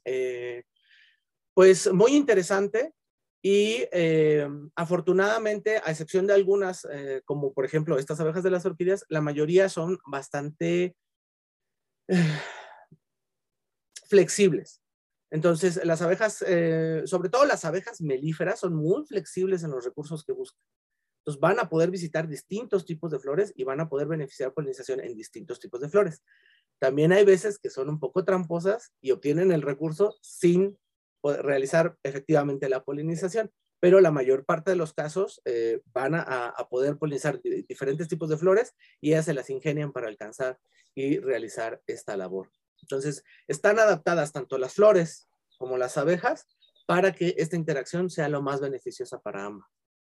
pues muy interesante y afortunadamente, a excepción de algunas, como por ejemplo estas abejas de las orquídeas, la mayoría son bastante flexibles. Entonces, las abejas, sobre todo las abejas melíferas, son muy flexibles en los recursos que buscan. Entonces, van a poder visitar distintos tipos de flores y van a poder beneficiar polinización en distintos tipos de flores. También hay veces que son un poco tramposas y obtienen el recurso sin realizar efectivamente la polinización, pero la mayor parte de los casos van a poder polinizar diferentes tipos de flores y ellas se las ingenian para alcanzar y realizar esta labor. Entonces, están adaptadas tanto las flores como las abejas para que esta interacción sea lo más beneficiosa para ambas.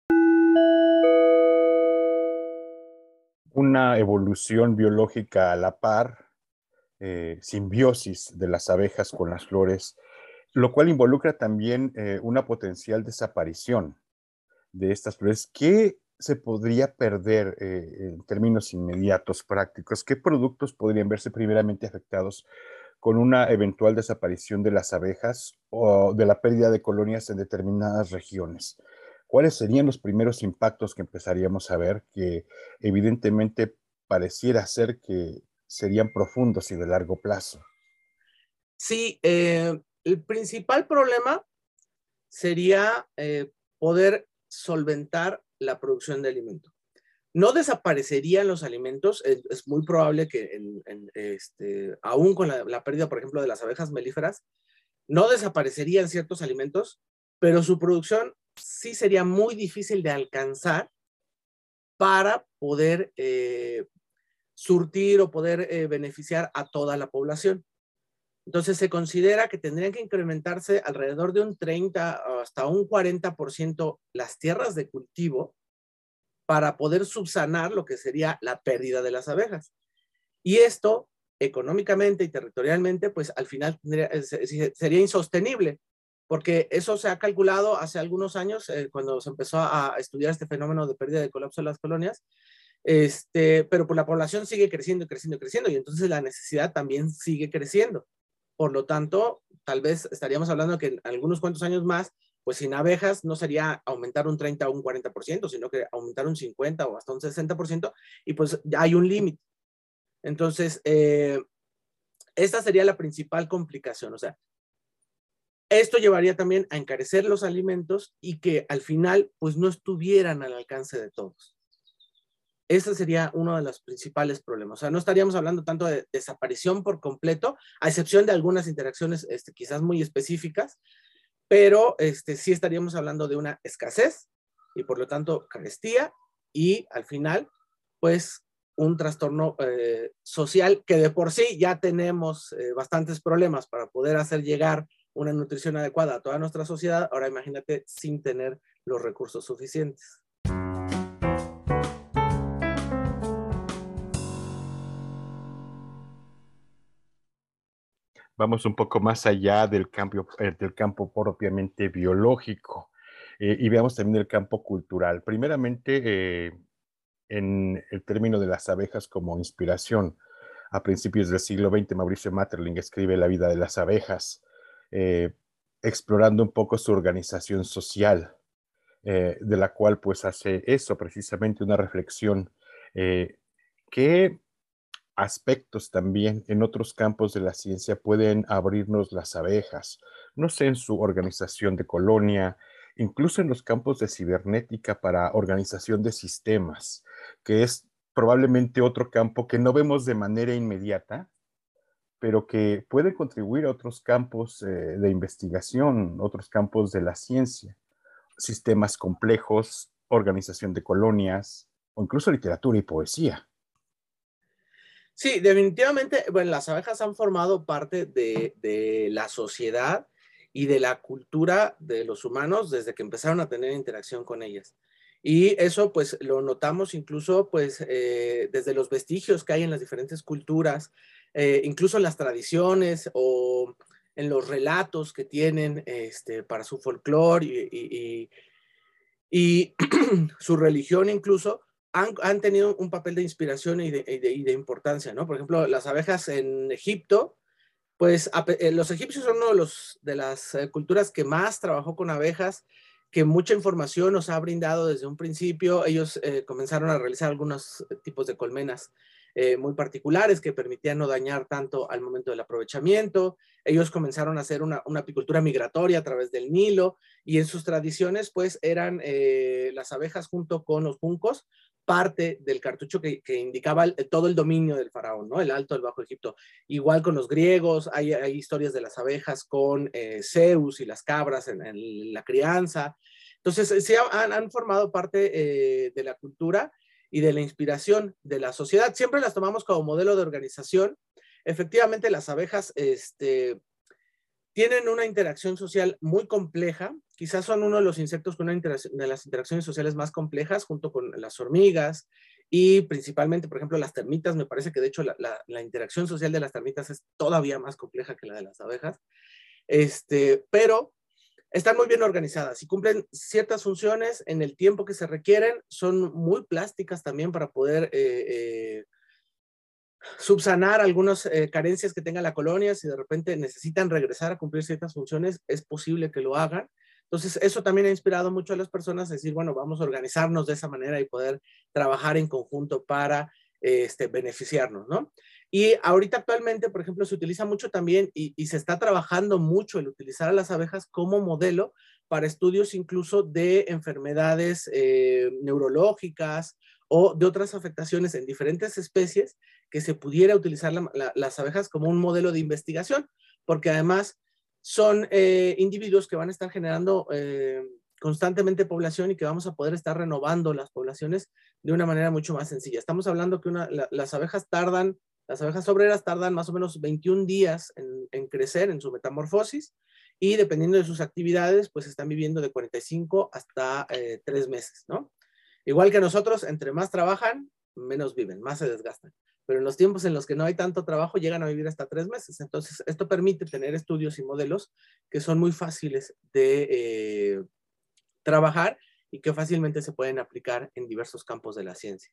Una evolución biológica a la par, simbiosis de las abejas con las flores, lo cual involucra también una potencial desaparición de estas flores. ¿Qué se podría perder en términos inmediatos, prácticos? ¿Qué productos podrían verse primeramente afectados con una eventual desaparición de las abejas o de la pérdida de colonias en determinadas regiones? ¿Cuáles serían los primeros impactos que empezaríamos a ver que evidentemente pareciera ser que serían profundos y de largo plazo. Sí, el principal problema sería poder solventar la producción de alimento. No desaparecerían los alimentos, es muy probable que aún con la pérdida, por ejemplo, de las abejas melíferas, no desaparecerían ciertos alimentos, pero su producción sí sería muy difícil de alcanzar para poder surtir o poder beneficiar a toda la población. Entonces se considera que tendrían que incrementarse alrededor de un 30 hasta un 40% las tierras de cultivo para poder subsanar lo que sería la pérdida de las abejas. Y esto, económicamente y territorialmente, pues al final sería insostenible, porque eso se ha calculado hace algunos años, cuando se empezó a estudiar este fenómeno de pérdida de colapso de las colonias, pero pues la población sigue creciendo y creciendo y creciendo, y entonces la necesidad también sigue creciendo. Por lo tanto, tal vez estaríamos hablando que en algunos cuantos años más, pues sin abejas no sería aumentar un 30 o un 40%, sino que aumentar un 50 o hasta un 60%, y pues ya hay un límite. Entonces, esta sería la principal complicación. O sea, esto llevaría también a encarecer los alimentos y que al final, pues no estuvieran al alcance de todos. Ese sería uno de los principales problemas. O sea, no estaríamos hablando tanto de desaparición por completo, a excepción de algunas interacciones quizás muy específicas, pero sí estaríamos hablando de una escasez y por lo tanto carestía y al final, pues un trastorno social que de por sí ya tenemos bastantes problemas para poder hacer llegar una nutrición adecuada a toda nuestra sociedad. Ahora imagínate sin tener los recursos suficientes. Vamos un poco más allá del campo propiamente biológico, y veamos también el campo cultural. Primeramente, en el término de las abejas como inspiración. A principios del siglo XX, Mauricio Maeterlinck escribe La vida de las abejas, eh, explorando un poco su organización social, de la cual pues hace eso, precisamente una reflexión. ¿Qué aspectos también en otros campos de la ciencia pueden abrirnos las abejas? No sé, en su organización de colonia, incluso en los campos de cibernética para organización de sistemas, que es probablemente otro campo que no vemos de manera inmediata, pero que puede contribuir a otros campos de investigación, otros campos de la ciencia, sistemas complejos, organización de colonias, o incluso literatura y poesía. Sí, definitivamente, bueno, las abejas han formado parte de la sociedad y de la cultura de los humanos desde que empezaron a tener interacción con ellas. Y eso pues lo notamos incluso pues desde los vestigios que hay en las diferentes culturas, incluso en las tradiciones o en los relatos que tienen para su folclore y su religión incluso, han tenido un papel de inspiración y de importancia, ¿no? Por ejemplo, las abejas en Egipto, pues los egipcios son uno de las culturas que más trabajó con abejas, que mucha información nos ha brindado desde un principio. Ellos comenzaron a realizar algunos tipos de colmenas muy particulares que permitían no dañar tanto al momento del aprovechamiento. Ellos comenzaron a hacer una apicultura migratoria a través del Nilo y en sus tradiciones pues eran las abejas junto con los juncos parte del cartucho que indicaba todo el dominio del faraón, ¿no? El Alto, el Bajo Egipto. Igual con los griegos, hay historias de las abejas con Zeus y las cabras en la crianza. Entonces, sí, han formado parte de la cultura y de la inspiración de la sociedad. Siempre las tomamos como modelo de organización. Efectivamente, las abejas tienen una interacción social muy compleja. Quizás son uno de los insectos con una de las interacciones sociales más complejas, junto con las hormigas y principalmente, por ejemplo, las termitas. Me parece que de hecho la interacción social de las termitas es todavía más compleja que la de las abejas. Pero están muy bien organizadas y cumplen ciertas funciones en el tiempo que se requieren. Son muy plásticas también para poder subsanar algunas carencias que tenga la colonia. Si de repente necesitan regresar a cumplir ciertas funciones, es posible que lo hagan. Entonces, eso también ha inspirado mucho a las personas a decir, bueno, vamos a organizarnos de esa manera y poder trabajar en conjunto para beneficiarnos, ¿no? Y ahorita actualmente, por ejemplo, se utiliza mucho también y se está trabajando mucho el utilizar a las abejas como modelo para estudios incluso de enfermedades neurológicas o de otras afectaciones en diferentes especies que se pudiera utilizar las abejas como un modelo de investigación, porque además son individuos que van a estar generando constantemente población y que vamos a poder estar renovando las poblaciones de una manera mucho más sencilla. Estamos hablando que las abejas obreras tardan más o menos 21 días en crecer, en su metamorfosis, y dependiendo de sus actividades, pues están viviendo de 45 hasta 3 meses, ¿no? Igual que nosotros, entre más trabajan, menos viven, más se desgastan. Pero en los tiempos en los que no hay tanto trabajo, llegan a vivir hasta 3 meses. Entonces, esto permite tener estudios y modelos que son muy fáciles de trabajar y que fácilmente se pueden aplicar en diversos campos de la ciencia.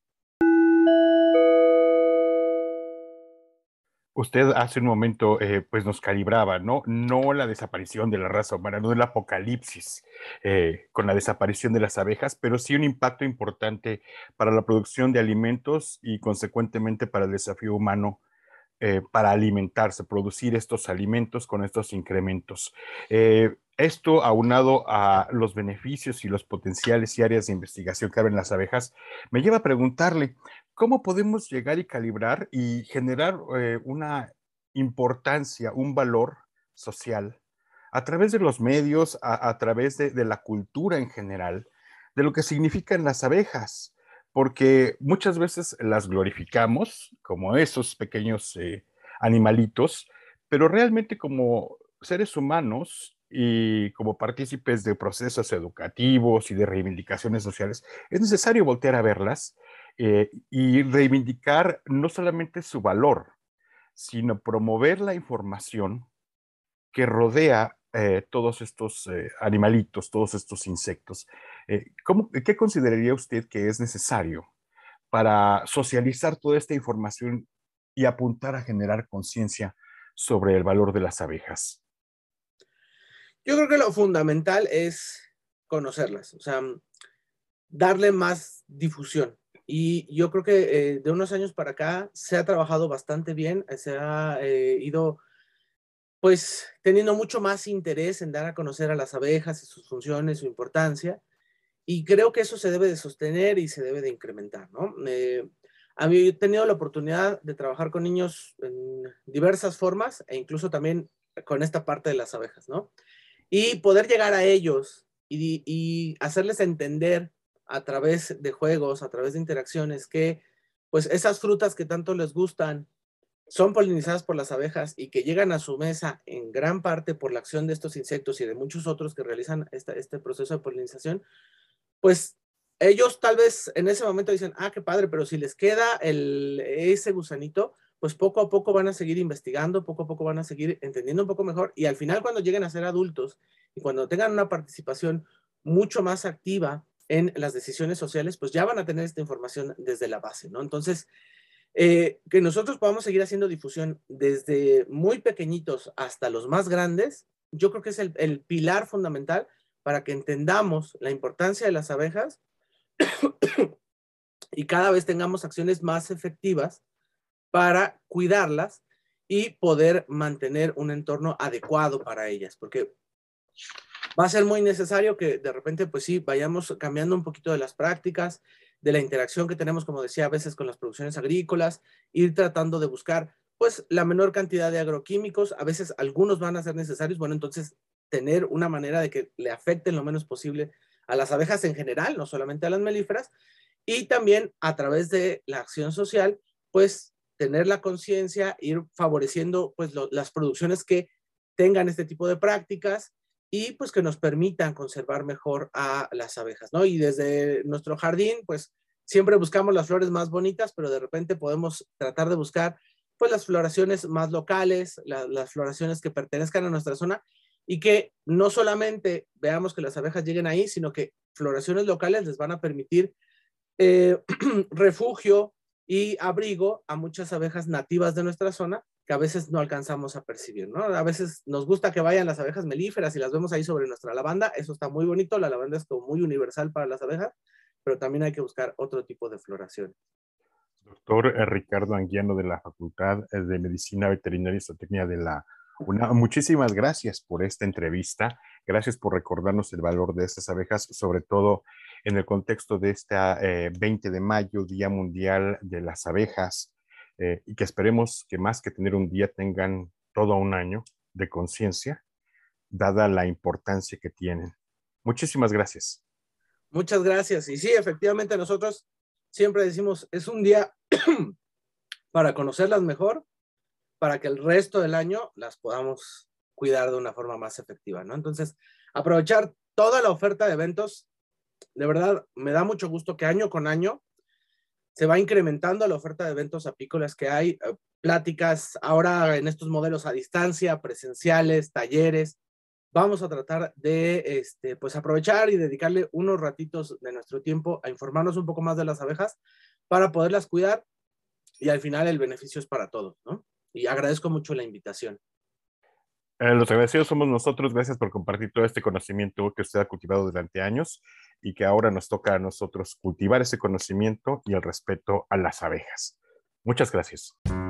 Usted hace un momento pues nos calibraba, ¿no? No la desaparición de la raza humana, no el apocalipsis con la desaparición de las abejas, pero sí un impacto importante para la producción de alimentos y consecuentemente para el desafío humano para alimentarse, producir estos alimentos con estos incrementos. Esto aunado a los beneficios y los potenciales y áreas de investigación que abren las abejas, me lleva a preguntarle, ¿cómo podemos llegar y calibrar y generar una importancia, un valor social a través de los medios, a través de la cultura en general, de lo que significan las abejas? Porque muchas veces las glorificamos como esos pequeños animalitos, pero realmente como seres humanos y como partícipes de procesos educativos y de reivindicaciones sociales, es necesario voltear a verlas y reivindicar no solamente su valor, sino promover la información que rodea todos estos animalitos, todos estos insectos. ¿Qué consideraría usted que es necesario para socializar toda esta información y apuntar a generar conciencia sobre el valor de las abejas? Yo creo que lo fundamental es conocerlas, o sea, darle más difusión. Y yo creo que de unos años para acá se ha trabajado bastante bien, se ha ido pues teniendo mucho más interés en dar a conocer a las abejas y sus funciones, su importancia. Y creo que eso se debe de sostener y se debe de incrementar, ¿no? A mí he tenido la oportunidad de trabajar con niños en diversas formas e incluso también con esta parte de las abejas, ¿no? Y poder llegar a ellos y hacerles entender a través de juegos, a través de interacciones, que pues esas frutas que tanto les gustan son polinizadas por las abejas y que llegan a su mesa en gran parte por la acción de estos insectos y de muchos otros que realizan este proceso de polinización, pues ellos tal vez en ese momento dicen, ah, qué padre, pero si les queda ese gusanito, pues poco a poco van a seguir investigando, poco a poco van a seguir entendiendo un poco mejor y al final cuando lleguen a ser adultos y cuando tengan una participación mucho más activa en las decisiones sociales, pues ya van a tener esta información desde la base, ¿no? Entonces, que nosotros podamos seguir haciendo difusión desde muy pequeñitos hasta los más grandes, yo creo que es el pilar fundamental para que entendamos la importancia de las abejas y cada vez tengamos acciones más efectivas para cuidarlas y poder mantener un entorno adecuado para ellas, porque va a ser muy necesario que de repente, pues sí, vayamos cambiando un poquito de las prácticas, de la interacción que tenemos, como decía, a veces con las producciones agrícolas, ir tratando de buscar, pues, la menor cantidad de agroquímicos, a veces algunos van a ser necesarios, bueno, entonces tener una manera de que le afecten lo menos posible a las abejas en general, no solamente a las melíferas, y también a través de la acción social, pues, tener la conciencia, ir favoreciendo, pues, las producciones que tengan este tipo de prácticas, y pues que nos permitan conservar mejor a las abejas, ¿no? Y desde nuestro jardín, pues siempre buscamos las flores más bonitas, pero de repente podemos tratar de buscar pues las floraciones más locales, las floraciones que pertenezcan a nuestra zona y que no solamente veamos que las abejas lleguen ahí, sino que floraciones locales les van a permitir refugio y abrigo a muchas abejas nativas de nuestra zona que a veces no alcanzamos a percibir, ¿no? A veces nos gusta que vayan las abejas melíferas y las vemos ahí sobre nuestra lavanda, eso está muy bonito, la lavanda es como muy universal para las abejas, pero también hay que buscar otro tipo de floración. Doctor Ricardo Anguiano de la Facultad de Medicina Veterinaria y Zootecnia de la UNAM. Muchísimas gracias por esta entrevista. Gracias por recordarnos el valor de estas abejas, sobre todo en el contexto de esta 20 de mayo, Día Mundial de las Abejas, y que esperemos que más que tener un día tengan todo un año de conciencia, dada la importancia que tienen. Muchísimas gracias. Muchas gracias. Y sí, efectivamente nosotros siempre decimos, es un día para conocerlas mejor, para que el resto del año las podamos cuidar de una forma más efectiva, ¿no? Entonces, aprovechar toda la oferta de eventos, de verdad, me da mucho gusto que año con año se va incrementando la oferta de eventos apícolas que hay, pláticas ahora en estos modelos a distancia, presenciales, talleres. Vamos a tratar de pues aprovechar y dedicarle unos ratitos de nuestro tiempo a informarnos un poco más de las abejas para poderlas cuidar y al final el beneficio es para todos, ¿no? Y agradezco mucho la invitación. Los agradecidos somos nosotros. Gracias por compartir todo este conocimiento que usted ha cultivado durante años y que ahora nos toca a nosotros cultivar ese conocimiento y el respeto a las abejas. Muchas gracias.